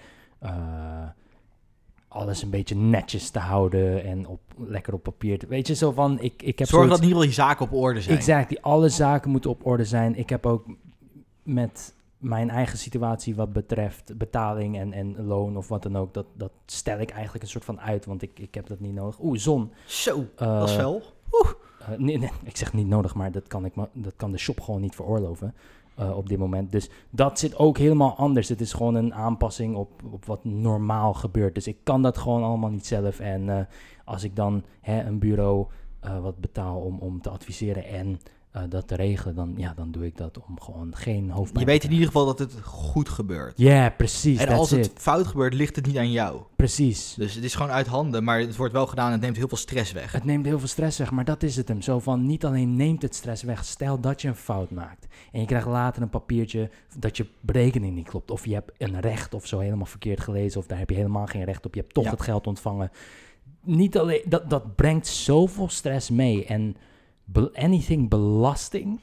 alles een beetje netjes te houden en lekker op papier. Weet je, zo van, ik heb zorg dat in ieder geval je zaken op orde zijn. Exact, alle zaken moeten op orde zijn. Ik heb ook met mijn eigen situatie wat betreft betaling en loon of wat dan ook, dat stel ik eigenlijk een soort van uit, want ik heb dat niet nodig. Zon. Zo, dat is fel. Nee, ik zeg niet nodig, maar dat kan de shop gewoon niet veroorloven op dit moment. Dus dat zit ook helemaal anders. Het is gewoon een aanpassing op wat normaal gebeurt. Dus ik kan dat gewoon allemaal niet zelf. En als ik dan een bureau wat betaal om te adviseren en dat te regelen, dan doe ik dat om gewoon geen hoofdpijn. Je weet in ieder geval dat het goed gebeurt. Ja, precies. En als het fout gebeurt, ligt het niet aan jou. Precies. Dus het is gewoon uit handen, maar het wordt wel gedaan en het neemt heel veel stress weg. Het neemt heel veel stress weg, maar dat is het hem. Zo van, niet alleen neemt het stress weg, stel dat je een fout maakt. En je krijgt later een papiertje dat je berekening niet klopt. Of je hebt een recht of zo helemaal verkeerd gelezen, of daar heb je helemaal geen recht op. Je hebt toch het geld ontvangen. Niet alleen, dat brengt zoveel stress mee. En anything belasting?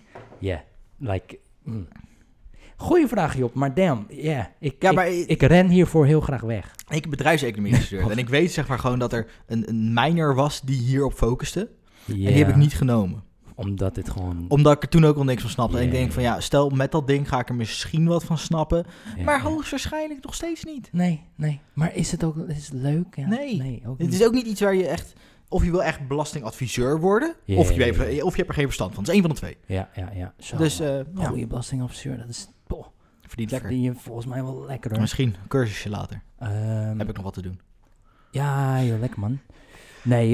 Goeie vraag, Job, maar damn, ik ren hiervoor heel graag weg. Ik heb bedrijfseconomie gestudeerd en ik weet zeg maar gewoon dat er een minor was die hierop focuste. En die heb ik niet genomen. Omdat ik er toen ook al niks van snapte. En ik denk van stel met dat ding ga ik er misschien wat van snappen. Maar hoogstwaarschijnlijk nog steeds niet. Nee. Maar is het leuk? Ja? Nee, ook niet. Het is ook niet iets waar je echt... Of je wil echt belastingadviseur worden, of je hebt er geen verstand van. Het is één van de twee. Ja. Zo, dus, goede belastingadviseur, dat is... Verdient lekker. Verdien je volgens mij wel lekker, hoor. Misschien een cursusje later. Heb ik nog wat te doen. Ja, lekker, man. Nee,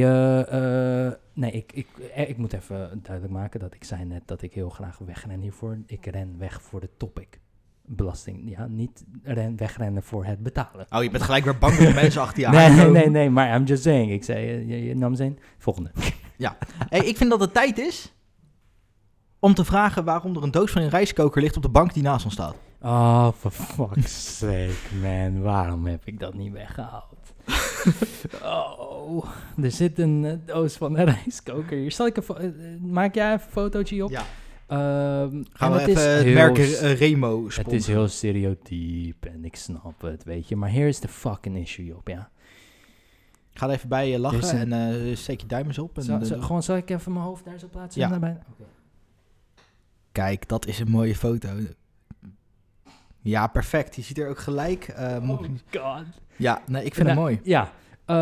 ik moet even duidelijk maken dat ik zei net dat ik heel graag wegren hiervoor. Ik ren weg voor de topic. Belasting, niet wegrennen voor het betalen. Je bent gelijk weer bang voor mensen achter je aan. Nee, maar I'm just saying. Ik zei, je nam zijn volgende. Ja, ik vind dat het tijd is om te vragen waarom er een doos van een rijstkoker ligt op de bank die naast ons staat. Oh, for fuck's sake, man. Waarom heb ik dat niet weggehaald? Er zit een doos van een rijstkoker hier. Maak jij even een fotootje op? Ja. Gaan we even het merk Remo sponsoren. Het is heel stereotyp en ik snap het, weet je. Maar here is the fucking issue, Job, ja. Ga er even bij je lachen en steek je duim eens op. En zal ik even mijn hoofd daar zo plaatsen? Ja. Okay. Kijk, dat is een mooie foto. Ja, perfect. Je ziet er ook gelijk. God. Ja, nee, ik vind het mooi. Ja.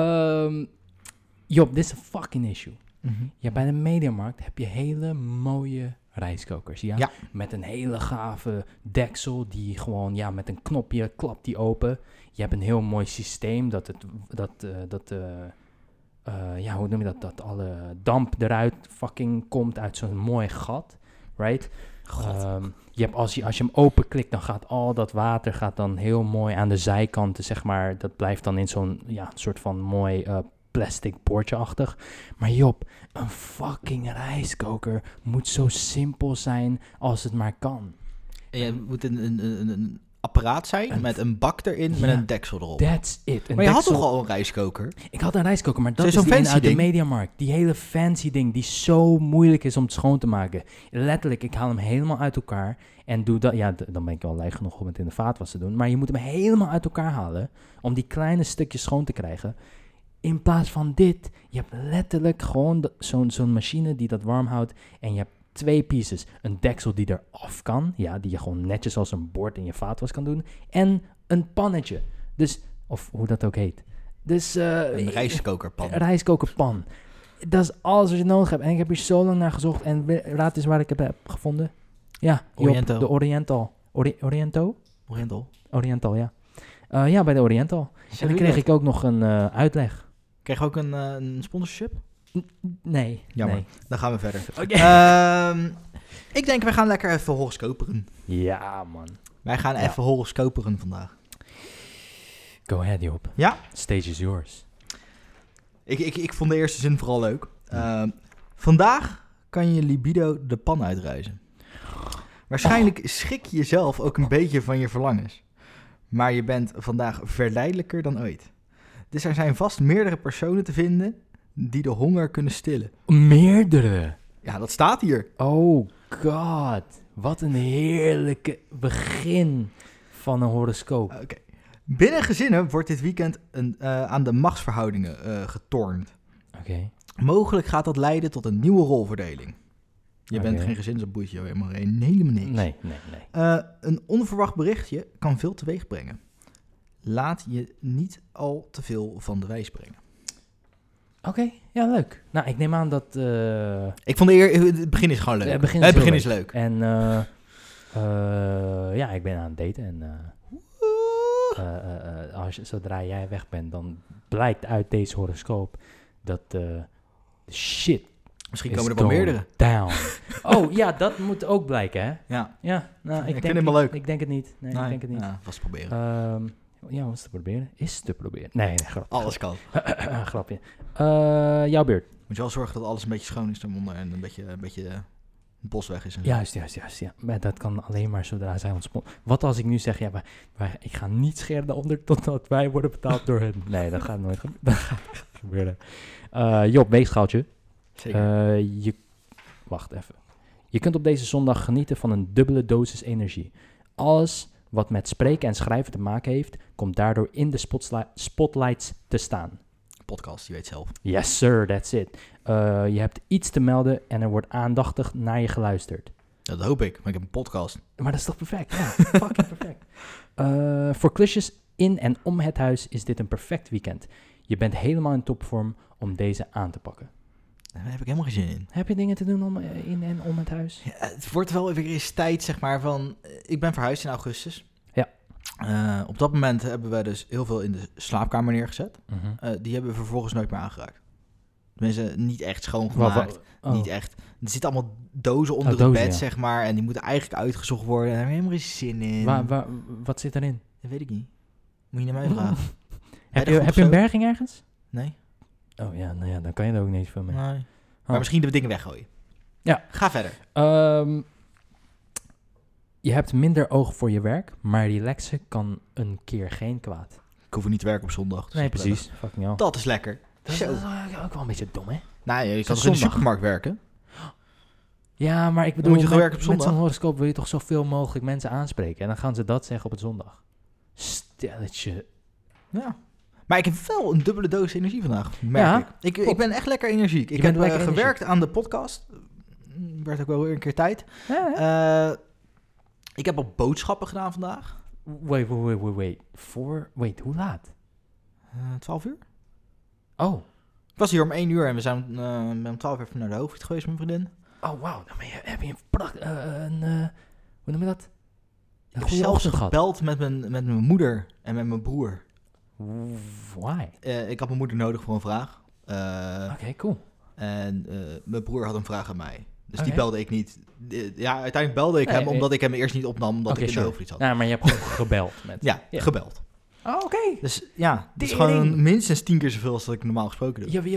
Job, dit is een fucking issue. Mm-hmm. Ja, bij de Mediamarkt heb je hele mooie rijstkokers, ja? Met een hele gave deksel die gewoon, met een knopje klapt die open. Je hebt een heel mooi systeem dat hoe noem je dat? Dat alle damp eruit fucking komt uit zo'n mooi gat, right? Je hebt als je hem openklikt, dan gaat al dat water dan heel mooi aan de zijkanten, zeg maar. Dat blijft dan in zo'n soort van mooi plastic bordje-achtig. Maar Job, een fucking rijstkoker moet zo simpel zijn als het maar kan. En je moet een apparaat zijn met een bak erin met een deksel erop. That's it. Maar je had toch al een rijstkoker? Ik had een rijstkoker, maar dat is zo'n die fancy uit de ding? Mediamarkt. Die hele fancy ding die zo moeilijk is om het schoon te maken. Letterlijk, ik haal hem helemaal uit elkaar en doe dat. Ja, dan ben ik wel lui genoeg om het in de vaatwas te doen. Maar je moet hem helemaal uit elkaar halen om die kleine stukjes schoon te krijgen. In plaats van dit, je hebt letterlijk gewoon zo'n machine die dat warm houdt en je hebt 2 pieces. Een deksel die eraf kan, die je gewoon netjes als een bord in je vaatwas kan doen. En een pannetje. Dus, of hoe dat ook heet. Dus, een rijstkokerpan. Een rijstkokerpan. Dat is alles wat je nodig hebt. En ik heb hier zo lang naar gezocht. En raad eens waar ik het heb gevonden. Ja, Oriental. Job, de Oriental. Oriental? Oriental, ja. Bij de Oriental. En dan kreeg ik ook nog een uitleg. Kreeg je ook een sponsorship? Nee. Jammer. Nee. Dan gaan we verder. Okay. Ik denk, we gaan lekker even horoscoperen. Ja, man. Wij gaan even horoscoperen vandaag. Go ahead, Job. Ja? Stage is yours. Ik vond de eerste zin vooral leuk. Vandaag kan je libido de pan uitreizen. Waarschijnlijk schrik je jezelf ook een beetje van je verlangens. Maar je bent vandaag verleidelijker dan ooit. Dus er zijn vast meerdere personen te vinden die de honger kunnen stillen. Meerdere? Ja, dat staat hier. Oh god, wat een heerlijke begin van een horoscoop. Okay. Binnen gezinnen wordt dit weekend aan de machtsverhoudingen getornd. Okay. Mogelijk gaat dat leiden tot een nieuwe rolverdeling. Je bent geen gezin, dat boeit je helemaal helemaal niks. Nee. Een onverwacht berichtje kan veel teweeg brengen. Laat je niet al te veel van de wijs brengen. Oké, ja, leuk. Nou, ik neem aan dat... Ik vond het begin is gewoon leuk. Het begin is leuk. En ik ben aan het daten. En zodra jij weg bent, dan blijkt uit deze horoscoop dat de shit misschien komen er wel meerdere. Down. Oh, ja, dat moet ook blijken, hè? Ja. Ja, nou, ik vind het wel leuk. Ik denk het niet. Nee, ik denk het niet. Ja, vast proberen. Wat is te proberen? Is te proberen. Nee, grapje. Alles kan. Grapje. Jouw beurt. Moet je wel zorgen dat alles een beetje schoon is daaronder en een beetje bosweg is. En Juist, ja. Maar dat kan alleen maar zodra zij ontsponnen. Wat als ik nu zeg, ik ga niet scheren daaronder totdat wij worden betaald door hen. Nee, dat gaat nooit gebeuren. Job, weegschaaltje. Zeker. Wacht even. Je kunt op deze zondag genieten van een dubbele dosis energie. Alles wat met spreken en schrijven te maken heeft, komt daardoor in de spotlights te staan. Podcast, je weet zelf. Yes sir, that's it. Je hebt iets te melden en er wordt aandachtig naar je geluisterd. Dat hoop ik, maar ik heb een podcast. Maar dat is toch perfect? Ja, fucking perfect. Voor klusjes in en om het huis is dit een perfect weekend. Je bent helemaal in topvorm om deze aan te pakken. Daar heb ik helemaal geen zin in. Heb je dingen te doen in en om het huis? Ja, het wordt wel weer eens tijd, zeg maar, van... Ik ben verhuisd in augustus. Ja. Op dat moment hebben wij dus heel veel in de slaapkamer neergezet. Mm-hmm. Die hebben we vervolgens nooit meer aangeraakt. Tenminste, niet echt schoongemaakt. Niet echt. Er zitten allemaal dozen onder het bed, zeg maar. En die moeten eigenlijk uitgezocht worden. Daar heb ik helemaal geen zin in. Wat zit erin? Dat weet ik niet. Moet je naar mij vragen. Heb je een berging ergens? Nee. Oh ja, nou ja, dan kan je er ook niet veel mee. Nee. Maar misschien de dingen weggooien. Ja. Ga verder. Je hebt minder oog voor je werk, maar relaxen kan een keer geen kwaad. Ik hoef niet te werken op zondag. Nee, precies. Fucking hell. Dat is lekker. Dat is ook wel een beetje dom, hè? Nou, je kan toch in de supermarkt werken? Ja, maar ik bedoel, moet je werken op zondag? Met zo'n horoscoop wil je toch zoveel mogelijk mensen aanspreken. En dan gaan ze dat zeggen op het zondag. Stelletje. Ja. Maar ik heb wel een dubbele doos energie vandaag, merk ik. Ik ben echt lekker energiek. Ik heb gewerkt aan de podcast. Werd ook wel weer een keer tijd. Ja. Ik heb al boodschappen gedaan vandaag. Wait. Hoe laat? 12 uur. Oh. Ik was hier om 1 uur en we zijn om 12 uur even naar de hoofd geweest met mijn vriendin. Oh, wauw. Dan heb je een prachtig... hoe noem je dat? Ik heb zelfs gebeld met mijn moeder en met mijn broer. Why? Ik had mijn moeder nodig voor een vraag. Oké, cool. En mijn broer had een vraag aan mij. Dus Oké. die belde ik niet. Uiteindelijk belde ik hem omdat ik hem eerst niet opnam, omdat ik in de hoofd iets had. Nou, maar je hebt gewoon gebeld. Ja, gebeld. Oh, oké. Dus ja, het is Tering. gewoon minstens 10 keer zoveel als dat ik normaal gesproken doe.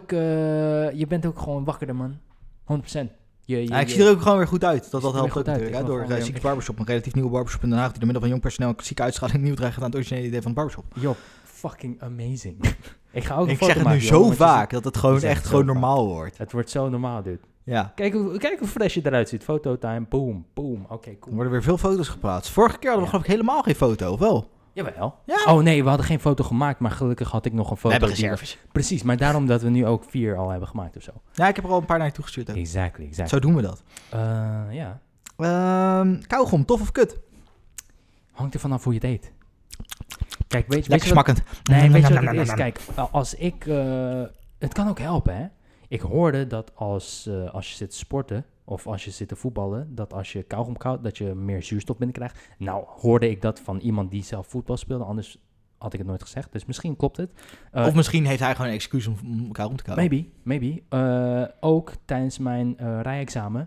Je bent ook gewoon wakkerder, man. 100%. Ik zie er ook gewoon weer goed uit. Dat ziet er helpt weer ook goed uit. natuurlijk. Hè? Ik wil Door gewoon weer- Ziekes Barbershop, een relatief nieuwe barbershop in Den Haag, die door middel van jong personeel klassieke uitstraling nieuw draagt aan het originele idee van de barbershop. Joh, fucking amazing. Ik ga ook een Ik foto zeg het nu maken, zo joh, want je vaak dat het gewoon je zegt echt het gewoon zo vaak. normaal wordt. Het wordt zo normaal, dude. Ja. Kijk hoe fresh je eruit ziet. Fototime, boom, boom. Oké, Er cool. worden weer veel foto's geplaatst. Vorige keer hadden we geloof ik helemaal geen foto, of wel? Jawel. Ja. Oh nee, we hadden geen foto gemaakt, maar gelukkig had ik nog een foto. We hebben die- reserves. Precies, maar daarom dat we nu ook 4 al hebben gemaakt of zo. Ja, ik heb er al een paar naar je toegestuurd. Ook. Exactly. Zo doen we dat. Ja. Kauwgom, tof of kut? Hangt er vanaf hoe je het eet. Kijk, weet je Lekker wat... smakkend. Nee, weet je wat het is? Kijk, als ik... het kan ook helpen, hè. Ik hoorde dat als je zit te sporten of als je zit te voetballen, dat als je kauwgom kauwt, dat je meer zuurstof binnenkrijgt. Nou, hoorde ik dat van iemand die zelf voetbal speelde, anders had ik het nooit gezegd. Dus misschien klopt het. Of misschien heeft hij gewoon een excuus om kauwgom te kauwen. Maybe. Ook tijdens mijn rijexamen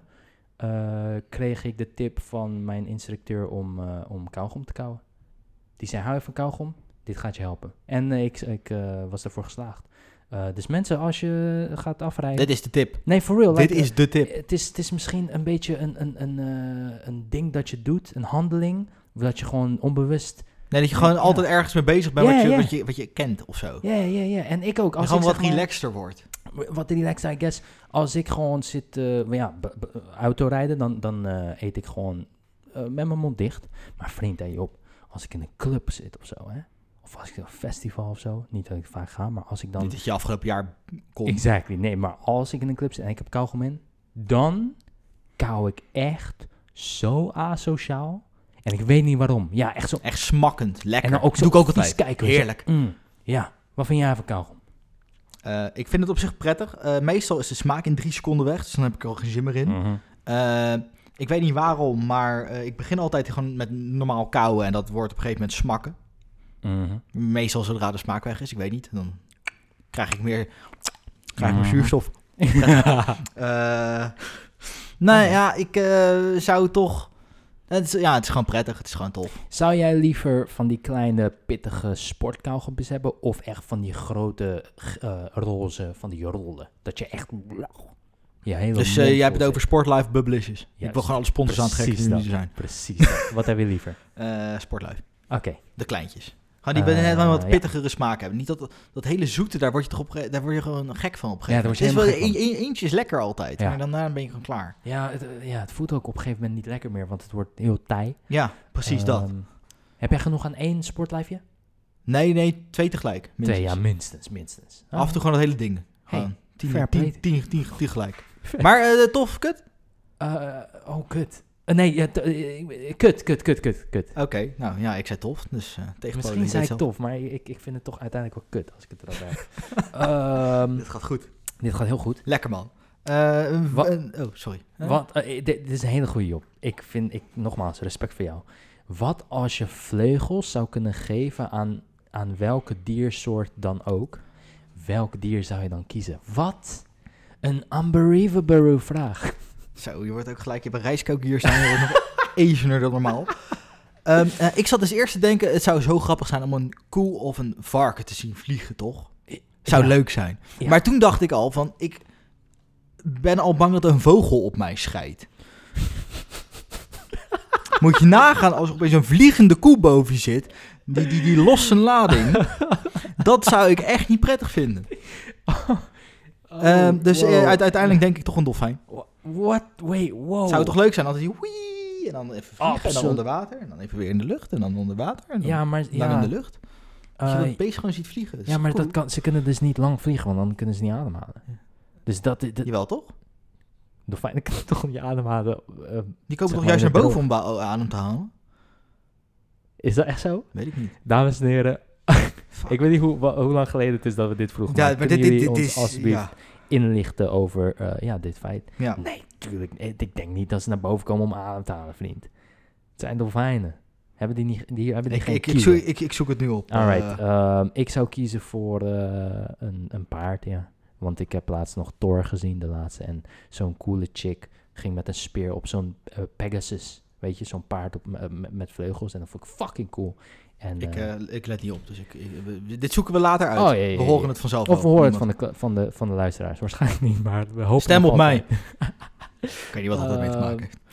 kreeg ik de tip van mijn instructeur om kauwgom te kauwen. Die zei, hou even van kauwgom, dit gaat je helpen. En ik was ervoor geslaagd. Dus mensen, als je gaat afrijden... Dit is de tip. Nee, for real. Dit is de tip. Het is misschien een beetje een ding dat je doet, een handeling, dat je gewoon onbewust... Nee, dat je gewoon altijd ergens mee bezig bent wat je kent of zo. Ja. En ik ook. Als gewoon ik, wat zeg maar, relaxter wordt. Wat relaxed, I guess. Als ik gewoon zit autorijden, dan eet ik gewoon met mijn mond dicht. Maar vriend, op, als ik in een club zit of zo, hè, of als ik op een festival of zo, niet dat ik vaak ga, maar als ik dan... Niet dat je afgelopen jaar kon. Exactly, nee, maar als ik in een club zit en ik heb kauwgom in, dan kauw ik echt zo asociaal. En ik weet niet waarom. Ja, echt zo. Echt smakkend, lekker. En dan ook zo doe ik ook vies altijd. kijken. Heerlijk. Ja, wat vind jij van kauwgom? Ik vind het op zich prettig. Meestal is de smaak in 3 seconden weg, dus dan heb ik er al geen zin meer in. Mm-hmm. Ik weet niet waarom, maar ik begin altijd gewoon met normaal kauwen en dat wordt op een gegeven moment smakken. Mm-hmm. Meestal zodra de smaak weg is, ik weet niet. Dan krijg ik meer zuurstof. Ik zou toch... Het is gewoon prettig, het is gewoon tof. Zou jij liever van die kleine pittige sportkauwgompjes hebben of echt van die grote roze, van die rollen? Dat je echt... Ja, hele Dus mond jij hebt vol het over zit. Sportlife Bubblicious. Ik wil gewoon alle sponsors aan het Precies geven die dat. er zijn. Precies dat. Wat heb je liever? Sportlife. Oké. De kleintjes. Gewoon die net wel wat ja. pittigere smaak hebben. Niet dat hele zoete, daar word je toch daar word je gewoon gek van op een Ja, gegeven daar moment. word je Het is wel helemaal eentje is lekker altijd, Ja. maar daarna ben je gewoon klaar. Ja, het voelt ook op een gegeven moment niet lekker meer, want het wordt heel taai. Ja, precies dat. Heb jij genoeg aan 1 sportlijfje? Nee, 2 tegelijk. 2, ja, minstens. Af en toe gewoon dat hele ding. Gewoon fair play. 10 tegelijk. Maar tof, kut? Kut. Nee, ja, kut. Oké, nou ja, ik zei tof, dus tegen Misschien Polen zei ik weet tof, maar ik vind het toch uiteindelijk wel kut als ik het erover heb. Dit gaat goed. Dit gaat heel goed. Lekker man. Sorry. Dit is een hele goede job. Nogmaals, respect voor jou. Wat als je vleugels zou kunnen geven aan welke diersoort dan ook? Welk dier zou je dan kiezen? Wat een unbelievable vraag. Zo, je wordt ook gelijk, je hebt een rijstkoker hier staan, je wordt nog Asianer dan normaal. Ik zat dus eerst te denken, het zou zo grappig zijn om een koe of een varken te zien vliegen, toch? Zou leuk zijn. Ja. Maar toen dacht ik al van, ik ben al bang dat een vogel op mij scheidt. Moet je nagaan als er opeens een vliegende koe boven je zit, die lost zijn lading. Dat zou ik echt niet prettig vinden. Uiteindelijk denk ik toch een dolfijn. What? Wait, wow. Zou het toch leuk zijn als hij wii, en dan even vliegen, Absoluut. en dan onder water, en dan even weer in de lucht, en dan onder water, en dan lang in de lucht. Dat je dat beest gewoon ziet vliegen. Dat is maar cool. ze kunnen dus niet lang vliegen, want dan kunnen ze niet ademhalen. Ja. Dus Jawel, toch? dolfijnen kunnen toch niet ademhalen. Die komen zeg toch maar juist in naar het boven om adem te halen? Is dat echt zo? Weet ik niet. Dames en heren, ik weet niet hoe lang geleden het is dat we dit vroegen. Ja, maar maar kunnen jullie dit ons is... alsjeblieft inlichten over dit feit? Ja. Nee, tuurlijk. Ik denk niet dat ze naar boven komen om adem te halen, vriend. Het zijn dolfijnen. Hebben die geen kiezen? Ik zoek het nu op. Alright, ik zou kiezen voor een paard, ja. Want ik heb laatst nog Thor gezien, de laatste. En zo'n coole chick ging met een speer op zo'n Pegasus. Weet je, zo'n paard met vleugels. En dat vond ik fucking cool. En, ik let niet op, dus dit zoeken we later uit. Oh, ja. We horen het vanzelf. Of we horen het van de luisteraars. Waarschijnlijk niet, maar we hopen... Stem op mij. Ik weet niet wat dat ermee te maken heeft.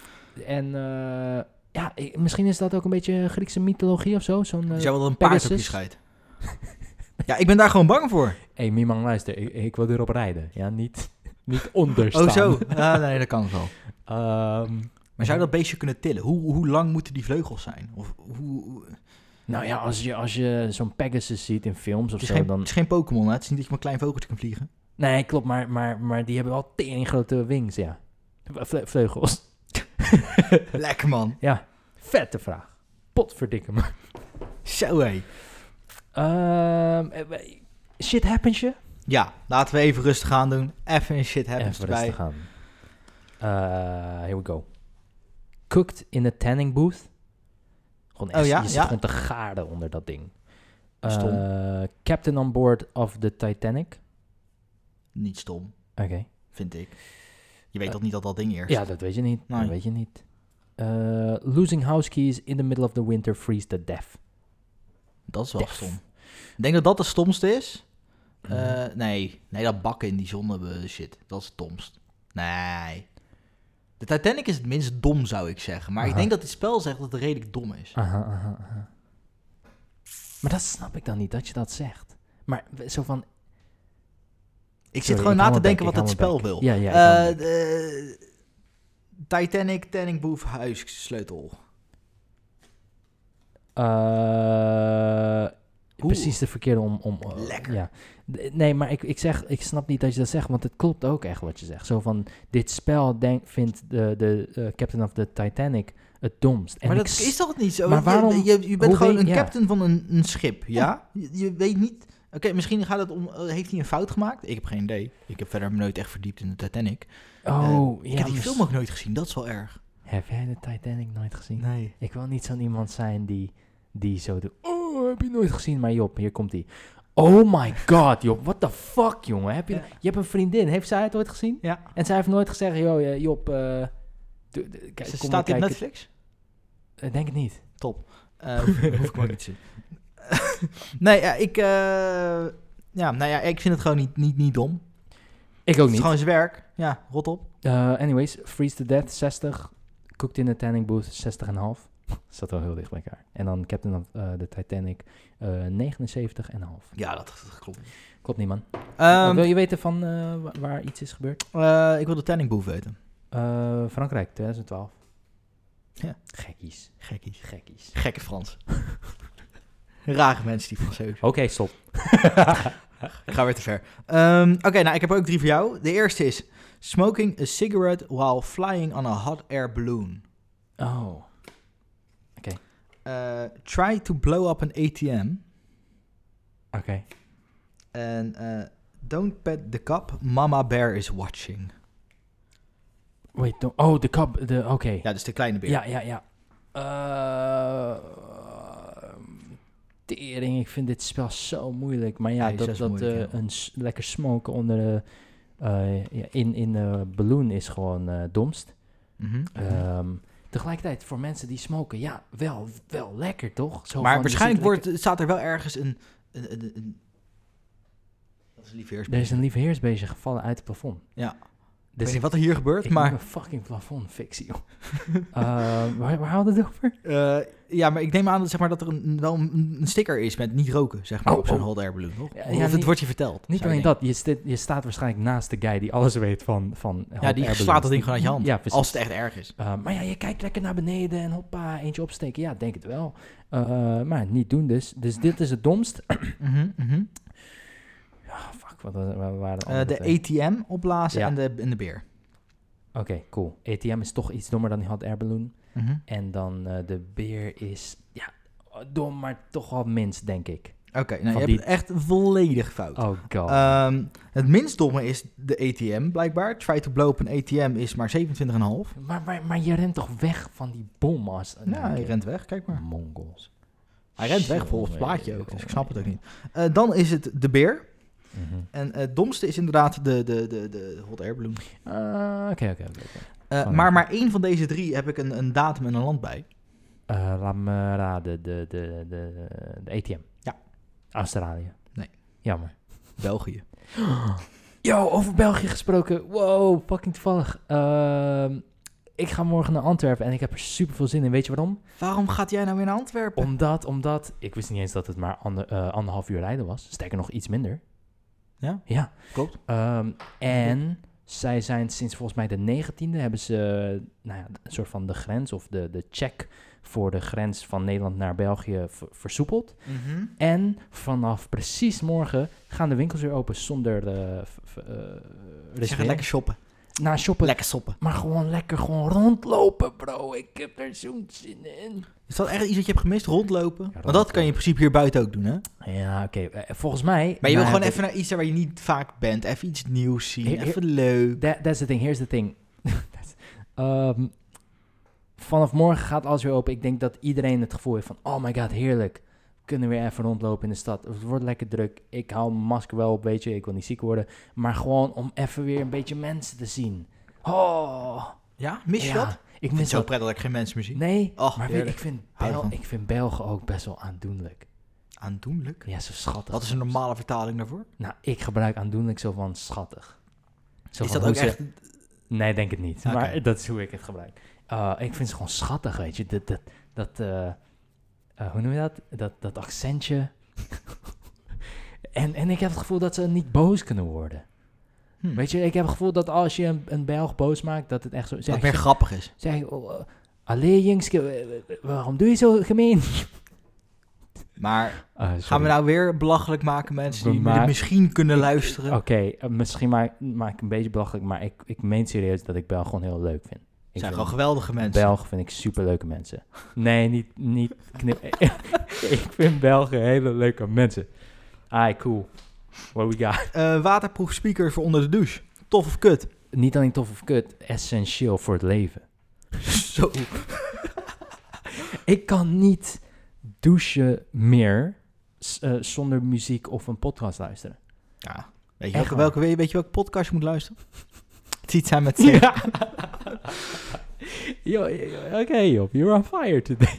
En misschien is dat ook een beetje Griekse mythologie of zo. Zo'n is jou wel een paard op je scheidt? Ja, ik ben daar gewoon bang voor. Hé, Mimang, luister. Ik wil erop rijden. Ja, niet onderstaan. Oh, zo. Nee, dat kan wel. Maar zou je dat beestje kunnen tillen? Hoe lang moeten die vleugels zijn? Of hoe... Nou ja, als je zo'n Pegasus ziet in films of zo, dan... Het is geen Pokémon, hè? Het is niet dat je met een klein vogeltje kan vliegen. Nee, klopt, maar die hebben wel tering grote wings, ja. Vleugels. Lekker, man. Ja, vette vraag. Potverdikke me. Zo, hé. Shit happens je? Ja, laten we even rustig aan doen. Even een shit happens even erbij. Rustig aan. Here we go. Cooked in a tanning booth. Gewoon echt, je zit gewoon te gaarden onder dat ding. Captain on board of the Titanic. Niet stom. Oké. Vind ik. Je weet toch niet dat ding eerst? Ja, dat weet je niet. Nee. Dat weet je niet. Losing house keys in the middle of the winter freeze to death. Dat is wel stom. Ik denk dat dat de stomste is. Nee, dat bakken in die zon hebben shit. Dat is het domst. Nee. De Titanic is het minst dom, zou ik zeggen. Maar ik denk dat het spel zegt dat het redelijk dom is. Aha. Maar dat snap ik dan niet, dat je dat zegt. Maar zo van... Ik zit gewoon na te denken wat het spel wil. Ja. Titanic, tanning booth, huissleutel. Precies de verkeerde om lekker. Ja. Nee, maar ik snap niet dat je dat zegt, want het klopt ook echt wat je zegt. Zo van, dit spel vindt de Captain of the Titanic het domst. En maar dat is toch niet zo? Maar waarom, je bent gewoon een captain van een schip, ja? Je weet niet... Oké, misschien gaat het om... heeft hij een fout gemaakt? Ik heb geen idee. Ik heb verder nooit echt verdiept in de Titanic. Ik heb die film ook nooit gezien, dat is wel erg. Heb jij de Titanic nooit gezien? Nee. Ik wil niet zo'n iemand zijn die zo doet... Oh, heb je nooit gezien? Maar Job, hier komt hij. Oh my god, Job, what the fuck, jongen? Je hebt een vriendin, heeft zij het ooit gezien? Ja. En zij heeft nooit gezegd, Job... Staat dit op Netflix? Denk het niet. Top. Hoef ik maar niet te zien. Nee, ik vind het gewoon niet dom. Ik ook niet. Het is gewoon zijn werk. Ja, rot op. Anyways, Freeze to Death, 60. Cooked in the Tanning Booth, 60,5. Zat wel heel dicht bij elkaar. En dan Captain of the Titanic, 79,5. Ja, dat klopt. Klopt niet, man. Wil je weten van waar iets is gebeurd? Ik wil de Tanning Booth weten. Frankrijk, 2012. Ja. Gekkies. Gekke Frans. Rare mensen die Franseus. Oké, stop. Ik ga weer te ver. Oké, ik heb er ook 3 voor jou. De eerste is... Smoking a cigarette while flying on a hot air balloon. Oh. Oké. Try to blow up an ATM. Oké. En don't pet the cup. Mama bear is watching. Wait, de cup. Oké. Ja, dus de kleine beer. Ja. Tering, ik vind dit spel zo moeilijk. Maar ja, lekker smoken onder in de balloon is gewoon domst. Mm-hmm. Tegelijkertijd, voor mensen die smoken, ja, wel lekker, toch? Zo maar van, waarschijnlijk staat er wel ergens een dat is een liefheersbeestje. Er is een liefheersbeestje gevallen uit het plafond. Ja. Ik weet niet wat er hier gebeurt, ik maar... een fucking plafondfictie, joh. Waar hadden we het over? Ja, maar ik neem aan dat er wel een sticker is met niet roken, zeg maar, op zo'n hot air balloon, toch? Of het wordt je verteld. Niet alleen dat, je staat waarschijnlijk naast de guy die alles weet van ja, die slaat dat ding gewoon uit je hand, ja, als het echt erg is. Maar ja, je kijkt lekker naar beneden en hoppa, eentje opsteken. Ja, denk het wel. Maar niet doen dus. Dus dit is het domst. Ja, fuck, wat waren de ATM opblazen en de beer. Oké, cool. ATM is toch iets dommer dan die hot air balloon. Mm-hmm. En dan de beer is, ja, dom, maar toch wel minst, denk ik. Oké, je hebt het echt volledig fout. Oh god. Het minst domme is de ATM, blijkbaar. Try to blow up een ATM is maar 27,5. Maar je rent toch weg van die bom als... Ja, hij rent weg, kijk maar. Mongols. Hij rent weg volgens het plaatje ook, dus ik snap het ook niet. Dan is het de beer. Mhm. En het domste is inderdaad de hot air balloon. Oké. Maar 1 van deze 3 heb ik een datum en een land bij. Laat me raden, de ATM. Ja. Australië. Nee. Jammer. België. Yo, over België gesproken. Wow, fucking toevallig. Ik ga morgen naar Antwerpen en ik heb er super veel zin in. Weet je waarom? Waarom gaat jij nou weer naar Antwerpen? Omdat ik wist niet eens dat het maar 1,5 uur rijden was. Sterker nog, iets minder. Ja? Ja. Klopt. En zij zijn sinds volgens mij de 19e hebben ze een soort van de grens of de check voor de grens van Nederland naar België versoepeld. Mhm. En vanaf precies morgen gaan de winkels weer open zonder Zeg lekker shoppen. naar shoppen. Lekker soppen. Maar gewoon rondlopen, bro. Ik heb er zo'n zin in. Is dat echt iets wat je hebt gemist? Rondlopen? Ja, Want dat kan je in principe hier buiten ook doen, hè? Ja, oké. Volgens mij... Maar je wil gewoon even naar iets waar je niet vaak bent. Even iets nieuws zien. Even leuk. That's the thing. Here's the thing. Vanaf morgen gaat alles weer open. Ik denk dat iedereen het gevoel heeft van... Oh my god, heerlijk. We kunnen weer even rondlopen in de stad. Het wordt lekker druk. Ik hou mijn masker wel op, weet je. Ik wil niet ziek worden. Maar gewoon om even weer een beetje mensen te zien. Oh. Ja? Mis je Ja, dat? ik Het mis is zo dat. prettig dat ik geen mensen meer zie. Nee, Och, maar heerlijk. ik vind Belgen ook best wel aandoenlijk. Aandoenlijk? Ja, zo schattig. Wat is een soms. normale vertaling daarvoor? Nou, ik gebruik aandoenlijk zo van schattig. Zo Is van dat ook hoe ze- echt... Nee, denk het niet. Oké. Maar dat is hoe ik het gebruik. Ik vind ze gewoon schattig, weet je. Hoe noem je dat? Dat accentje. en ik heb het gevoel dat ze niet boos kunnen worden. Weet je, ik heb het gevoel dat als je een Belg boos maakt, dat het echt zo... Dat het meer grappig is. Zeg je, allee Jingske, waarom doe je zo gemeen? Maar Sorry. gaan we nou weer belachelijk maken mensen die Maar- misschien kunnen luisteren? Oké, misschien maak ik een beetje belachelijk, maar ik meen serieus dat ik Belg gewoon heel leuk vind. Het zijn gewoon geweldige mensen. Belgen vind ik superleuke mensen. Nee, niet knip. Ik vind Belgen hele leuke mensen. Cool. What we got? Waterproof speaker voor onder de douche. Tof of kut? Niet alleen tof of kut, essentieel voor het leven. Zo. Ik kan niet douchen meer zonder muziek of een podcast luisteren. Ja. Weet Echt je waar. welke podcast je moet luisteren? Het ziet zijn met z'n. Oké, Job, you're on fire today.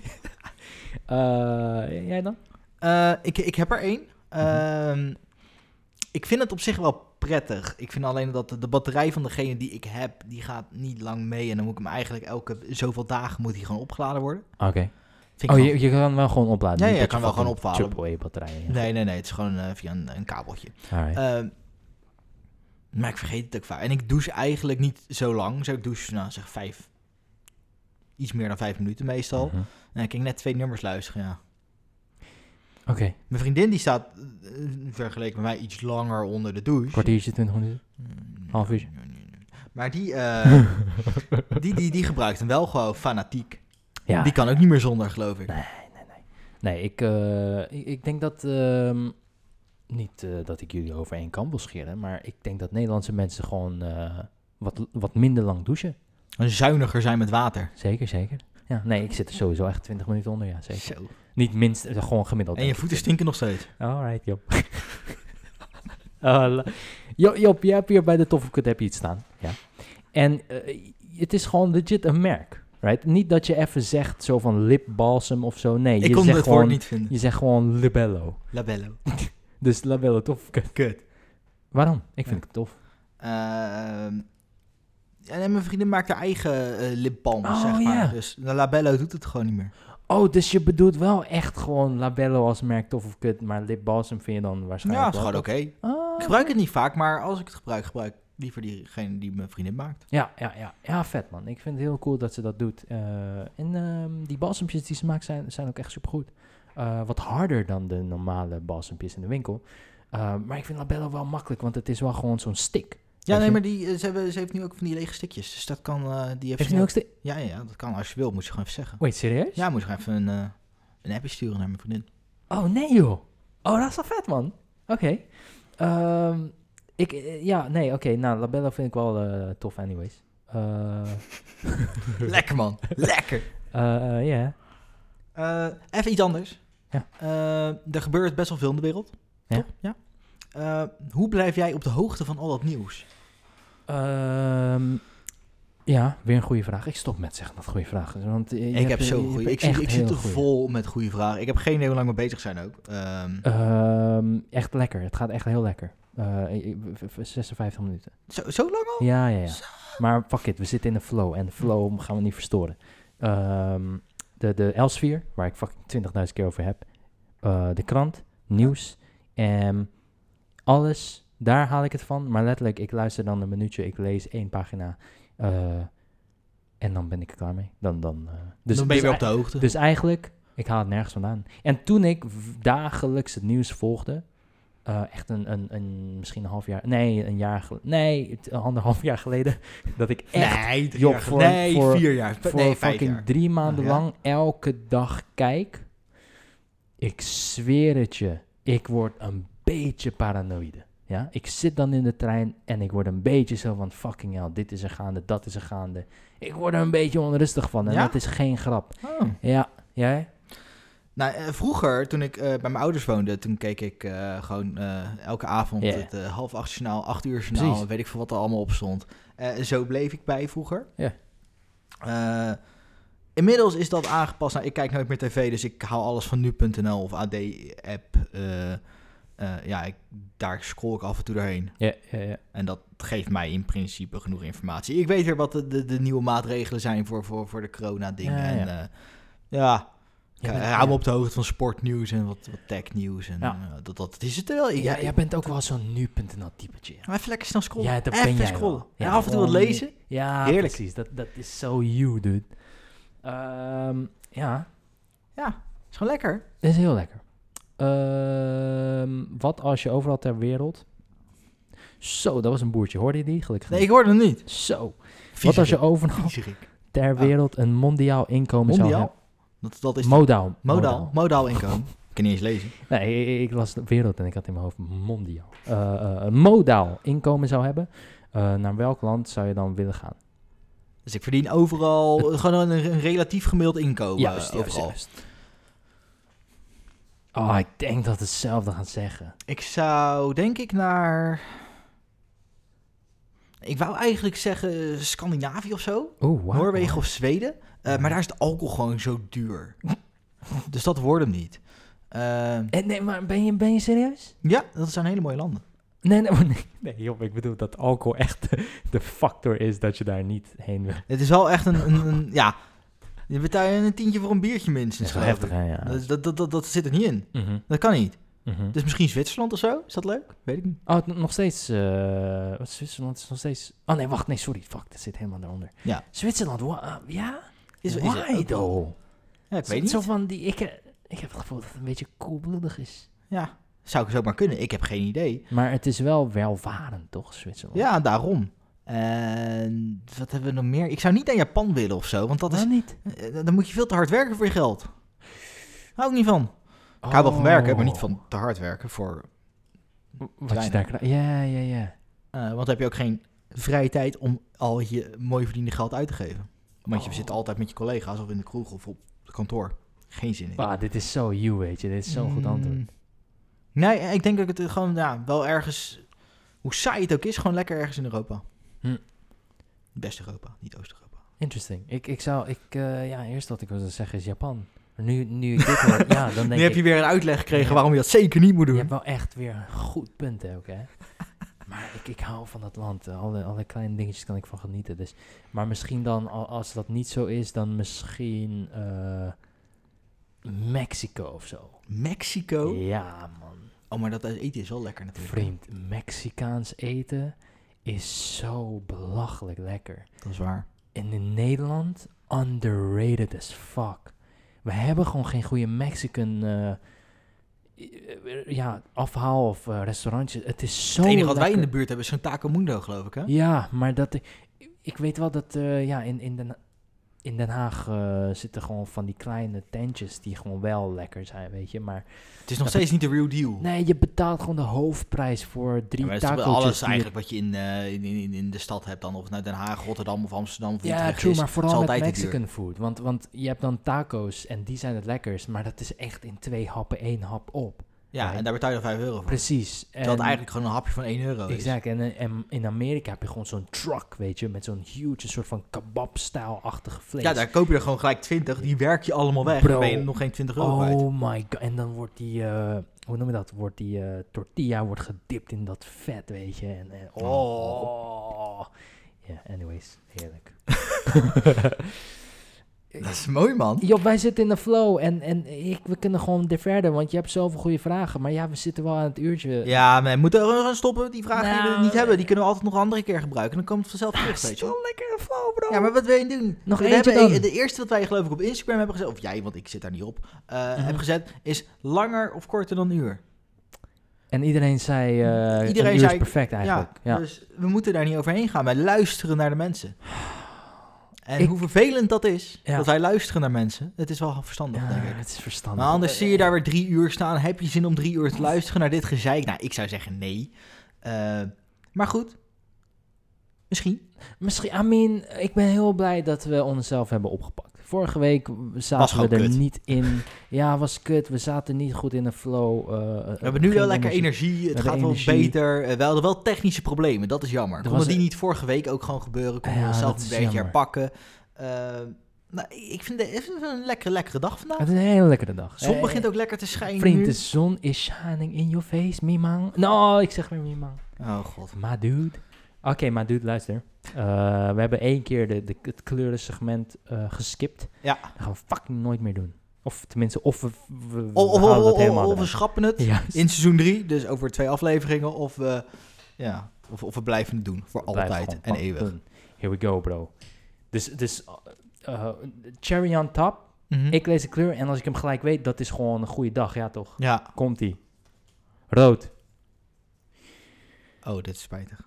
Jij dan? Ik heb er 1. Ik vind het op zich wel prettig. Ik vind alleen dat de batterij van degene die ik heb, die gaat niet lang mee. En dan moet ik hem eigenlijk elke zoveel dagen moet hij gewoon opgeladen worden. Oké. Vind ik Oh, wel- je kan wel gewoon opladen. Ja, niet je dat kan wel gewoon fucking opladen. AAA-batterijen. Ja. Nee, het is gewoon via een kabeltje. Alright. Maar ik vergeet het ook vaak. En ik douche eigenlijk niet zo lang. Zo ik douche, zeg iets meer dan 5 minuten meestal. Mhm. En ik kan net 2 nummers luisteren, ja. Oké, Mijn vriendin die staat vergeleken met mij iets langer onder de douche. kwartiertje, 20 minuten. Half uurtje. Maar die gebruikt hem wel gewoon fanatiek. Ja. Die kan ook niet meer zonder, geloof ik. Nee, ik denk dat... niet dat ik jullie over één kam wil scheren, maar ik denk dat Nederlandse mensen gewoon wat minder lang douchen. En zuiniger zijn met water. Zeker. Ja, nee, ik zit er sowieso echt 20 minuten onder, ja, zeker. Zo. Niet minst, gewoon gemiddeld. En je denk voeten ik. stinken nog steeds. Alright, Job. Job, je hebt hier bij de Toffe Kut heb je iets staan. Ja. En het is gewoon legit een merk, right? Niet dat je even zegt zo van lipbalsem of zo. Nee, Ik je kon zegt het gewoon, woord niet vinden. je zegt gewoon Libello. Labello. Dus Labello Toffe Kut. Kut. Waarom? Ik vind het tof. En mijn vriendin maakt haar eigen lipbalm, Oh, zeg maar. ja. Dus de Labello doet het gewoon niet meer. Oh, dus je bedoelt wel echt gewoon Labello als merk Tof of Kut, maar lipbalsem vind je dan Ja, waarschijnlijk het is gewoon wel oké. tof? Ah, Ik gebruik het niet vaak, maar als ik het gebruik ik liever diegene die mijn vriendin maakt. Ja, vet man. Ik vind het heel cool dat ze dat doet. Die balsempjes die ze maakt zijn ook echt supergoed. Wat harder dan de normale balsempjes in de winkel. Maar ik vind Labello wel makkelijk, want het is wel gewoon zo'n stick. Ja, Weet nee, je? maar ze heeft nu ook van die lege stikjes. Dus dat kan... Heeft hij nu ook stick? Ja, dat kan als je wil. Moet je gewoon even zeggen. Wait, serieus? Ja, moet je gewoon even een appje sturen naar mijn vriendin. Oh, nee joh. Oh, dat is wel vet man. Oké. Oké. Nou, Labello vind ik wel tof anyways. Lekker, man. Lekker. Ja. Even iets anders. Ja. Er gebeurt best wel veel in de wereld. Ja. Toch? Ja. Hoe blijf jij op de hoogte van al dat nieuws? Ja, weer een goede vraag. Ik stop met zeggen dat het een goede vraag is. Want Ik heb zo goede. Ik zit er vol met goede vragen. Ik heb geen idee hoe lang we bezig zijn ook. Echt lekker. Het gaat echt heel lekker. 56 minuten. Zo lang al? Ja. Maar fuck it, we zitten in de flow. En de flow gaan we niet verstoren. De Elsevier, waar ik fucking 20.000 keer over heb. De krant, nieuws. Alles, daar haal ik het van. Maar letterlijk, ik luister dan een minuutje. Ik lees 1 pagina. En dan ben ik er klaar mee. Dan ben je weer op de hoogte. Dus eigenlijk, ik haal het nergens vandaan. En toen ik dagelijks het nieuws volgde... echt misschien een jaar geleden. Nee, 1,5 jaar geleden. Dat ik echt... Nee, 4 jaar. Voor fucking 3 maanden lang elke dag kijk. Ik zweer het je. Ik word een beetje paranoïde. Ja? Ik zit dan in de trein en ik word een beetje zo van... Fucking hell, dit is er gaande, dat is er gaande. Ik word er een beetje onrustig van. En dat is geen grap. Oh. Ja, jij? Nou, vroeger, toen ik bij mijn ouders woonde, toen keek ik gewoon elke avond het 7:30 journaal, 8 uur journaal, weet ik veel wat er allemaal op stond. Zo bleef ik bij vroeger. Ja. Inmiddels is dat aangepast. Nou, ik kijk nooit meer tv, dus ik haal alles van nu.nl of AD-app. Daar scroll ik af en toe doorheen. Ja. En dat geeft mij in principe genoeg informatie. Ik weet weer wat de nieuwe maatregelen zijn voor de corona-dingen. Hou me op de hoogte van sportnieuws en wat technieuws. En dat is het wel. Jij bent ook wel zo'n nu.nl typetje. Ja. Even lekker snel scrollen. Ja, dat ben jij scrollen. Ja, af en toe wat lezen. Ja, heerlijk. Precies. Dat is zo you, dude. Ja, is gewoon lekker. Dat is heel lekker. Wat als je overal ter wereld... Zo, dat was een boertje. Hoorde je die? Gelukkig niet. Nee, ik hoorde hem niet. Zo. Wat als je overal ter wereld een mondiaal inkomen zou hebben? Dat is Modaal inkomen. Ik kan niet eens lezen. Nee, ik las de wereld en ik had in mijn hoofd mondiaal. Een modaal inkomen zou hebben. Naar welk land zou je dan willen gaan? Dus ik verdien overal gewoon een relatief gemiddeld inkomen. Juist. Oh, ik denk dat hetzelfde gaan zeggen. Ik zou, denk ik, naar... Ik wou eigenlijk zeggen Scandinavië of zo. Wow. Noorwegen of Zweden. Maar daar is de alcohol gewoon zo duur. Dus dat wordt hem niet. Nee, maar ben je serieus? Ja, dat zijn hele mooie landen. Nee, joh, ik bedoel dat alcohol echt de factor is dat je daar niet heen wil. Het is wel echt een je betaalt een tientje voor een biertje minstens. Dat is wel heftig, ja. Dat zit er niet in. Mm-hmm. Dat kan niet. Mm-hmm. Dus misschien Zwitserland of zo? Is dat leuk? Weet ik niet. Oh, nog steeds... Zwitserland is nog steeds... Oh nee, wacht, nee, sorry. Fuck, dat zit helemaal daaronder. Ja. Zwitserland, ja? Why though? Ja, ik weet niet. Zo van ik heb het gevoel dat het een beetje koelbloedig is. Ja, zou ik zo maar kunnen. Ik heb geen idee. Maar het is wel welvarend, toch, Zwitserland? Ja, daarom. En wat hebben we nog meer? Ik zou niet naar Japan willen of zo, want dat is... niet? Dan moet je veel te hard werken voor je geld. Hou ik niet van. Ik hou wel van werken, maar niet van te hard werken voor... Wat je daar krijgt. Ja. Want dan heb je ook geen vrije tijd om al je mooi verdiende geld uit te geven. Want je zit altijd met je collega's of in de kroeg of op het kantoor. Geen zin in. Dit is zo you, weet je. Dit is zo'n goed antwoord. Nee, ik denk dat ik het gewoon wel ergens... Hoe saai het ook is, gewoon lekker ergens in Europa. West-Europa, niet Oost-Europa. Interesting. Eerst wat ik wilde zeggen is Japan. Maar nu ik dit hoor, dan denk ik... Nu heb je weer een uitleg gekregen waarom je dat zeker niet moet doen. Je hebt wel echt weer een goed punt ook, hè. Maar ik hou van dat land. Alle kleine dingetjes kan ik van genieten. Dus. Maar misschien dan, als dat niet zo is, dan misschien Mexico of zo. Mexico? Ja, man. Oh, maar dat eten is wel lekker natuurlijk. Vriend, Mexicaans eten is zo belachelijk lekker. Dat is waar. En in Nederland, underrated as fuck. We hebben gewoon geen goede Mexican afhaal of restaurantjes. Het is zo het enige lekker. wat wij in de buurt hebben is zo'n Taco Mundo, geloof ik, hè? Ja, maar ik weet wel dat in Den Haag zitten gewoon van die kleine tentjes die gewoon wel lekker zijn, weet je. Maar het is nog steeds niet de real deal. Nee, je betaalt gewoon de hoofdprijs voor 3 taco's. Alles eigenlijk wat je in de stad hebt dan. Of naar Den Haag, Rotterdam of Amsterdam. Of ja, true, maar vooral met Mexican duur. food. Want je hebt dan taco's en die zijn het lekkers. Maar dat is echt in 2 happen, 1 hap op. Ja, Right? en daar betaal je dan €5 voor. Precies. Terwijl het eigenlijk gewoon een hapje van €1 is. Exact. En in Amerika heb je gewoon zo'n truck, weet je, met zo'n huge soort van kebab-stijl-achtige vlees. Ja, daar koop je er gewoon gelijk 20. Die werk je allemaal weg. Bro. Dan ben je nog geen €20 kwijt. Oh my god. En dan wordt die, hoe noem je dat? Wordt die tortilla wordt gedipt in dat vet, weet je. En ja, anyways. Heerlijk. Dat is mooi, man. Joh, wij zitten in de flow en we kunnen gewoon weer verder, want je hebt zoveel goede vragen. Maar ja, we zitten wel aan het uurtje. Ja, maar we moeten er gaan stoppen. Die vragen die we niet hebben, die kunnen we altijd nog een andere keer gebruiken. Dan komt het vanzelf terug, weet je wel. Lekker in de flow, bro. Ja, maar wat wil je doen? Nog We eentje hebben dan. de eerste wat wij geloof ik op Instagram hebben gezet, of jij, want ik zit daar niet op, heb gezet, is langer of korter dan een uur. En iedereen zei, Iedereen een uur zei- is perfect eigenlijk. Ja. Dus we moeten daar niet overheen gaan. Wij luisteren naar de mensen. En hoe vervelend dat is, dat wij luisteren naar mensen, het is wel verstandig, denk ik. Het is verstandig. Maar anders zie je daar weer 3 uur staan. Heb je zin om 3 uur te luisteren naar dit gezeik? Nou, ik zou zeggen nee. Maar goed. Misschien. Ik ben heel blij dat we onszelf hebben opgepakt. Vorige week zaten we er kut. niet in. Ja, was kut. We zaten niet goed in de flow. We hebben nu wel lekker energie. Het gaat wel beter. We hadden wel technische problemen. Dat is jammer. Konden die niet vorige week ook gewoon gebeuren? Konden we onszelf een beetje herpakken? Nou, ik vind het een lekkere dag vandaag. Het is een hele lekkere dag. De zon begint ook lekker te schijnen. Vriend, nu. de zon is shining in your face, Mimang. No, ik zeg weer Mimang. Oh god. Maar dude. Oké, maar dude, luister. We hebben 1 keer het kleurensegment geskipt. Ja. Dat gaan we fucking nooit meer doen. Of tenminste, of we houden het helemaal we eruit. schrappen het Ja. in seizoen 3, dus over 2 afleveringen, of we blijven het doen voor Blijf altijd gewoon en fucking eeuwig. doen. Here we go, bro. Dus cherry on top. Mhm. Ik lees de kleur en als ik hem gelijk weet, dat is gewoon een goede dag, ja toch? Ja. Komt-ie. Rood. Oh, dit is spijtig.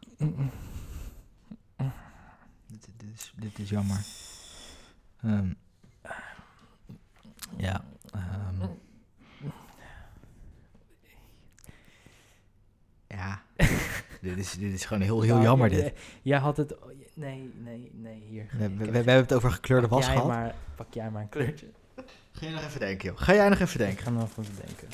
Dit is jammer. Ja. Ja. dit is gewoon heel jammer, dit. Jij had het... Nee, hier. We hebben het over gekleurde was gehad. Pak jij maar een kleurtje. Ga jij nog even denken, joh. Ga jij nog even Ik denken. ga nog even denken.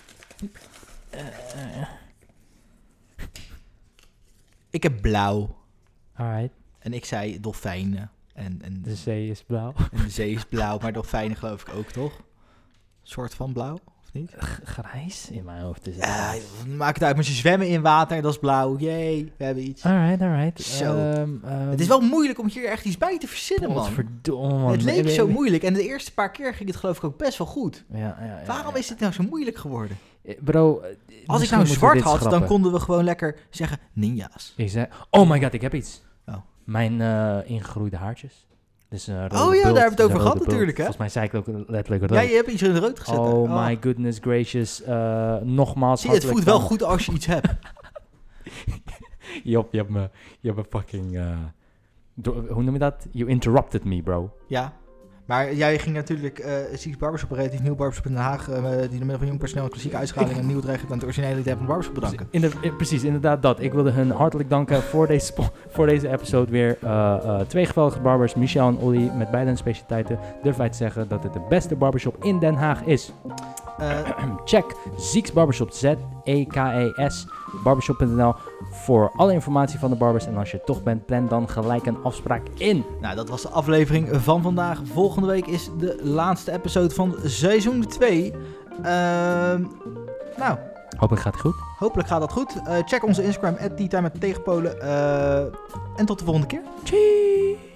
Ik heb blauw. Alright. En ik zei dolfijnen. En De zee is blauw. de zee is blauw, maar dolfijnen geloof ik ook, toch? Soort van blauw, of niet? Grijs in mijn hoofd is het. Ja, maakt het uit. Maar ze zwemmen in water, dat is blauw. Jee, we hebben iets. Alright. Zo. Het is wel moeilijk om hier echt iets bij te verzinnen, man. Godverdomme, man. Het leek zo moeilijk. En de eerste paar keer ging het geloof ik ook best wel goed. Ja, Waarom is dit nou zo moeilijk geworden? Bro, Als ik nou zwart had, dan konden we gewoon lekker zeggen ninja's. Ik zei, oh my god, ik heb iets. Oh. Mijn ingegroeide haartjes. Dus, Daar hebben we het over gehad natuurlijk, hè? Volgens mij zei ik ook letterlijk rood. Ja, je hebt iets in rood gezet. Oh my goodness gracious. Nogmaals. Zie je, het voelt wel goed als je iets hebt. Job, je hebt me fucking... hoe noem je dat? You interrupted me, bro. Ja. Maar jij ging natuurlijk Six Barbershop, relatief nieuw barbershop in Den Haag, die door middel van jong personeel, klassieke uitschaling en nieuwe dreiging aan de originaliteit van de barbershop bedanken. Precies, inderdaad dat. Ik wilde hun hartelijk danken voor deze episode weer. 2 geweldige barbers, Michel en Olly, met beide hun specialiteiten. Durf wij te zeggen dat het de beste barbershop in Den Haag is. Check Zeeks Barbershop, Z-E-K-E-S, barbershop.nl voor alle informatie van de barbers. En als je er toch bent, plan dan gelijk een afspraak in. Nou, dat was de aflevering van vandaag. Volgende week is de laatste episode van seizoen 2. Nou, hopelijk gaat het goed. Hopelijk gaat dat goed. Check onze Instagram, @teatimemettegenpolen. En tot de volgende keer. Cheers!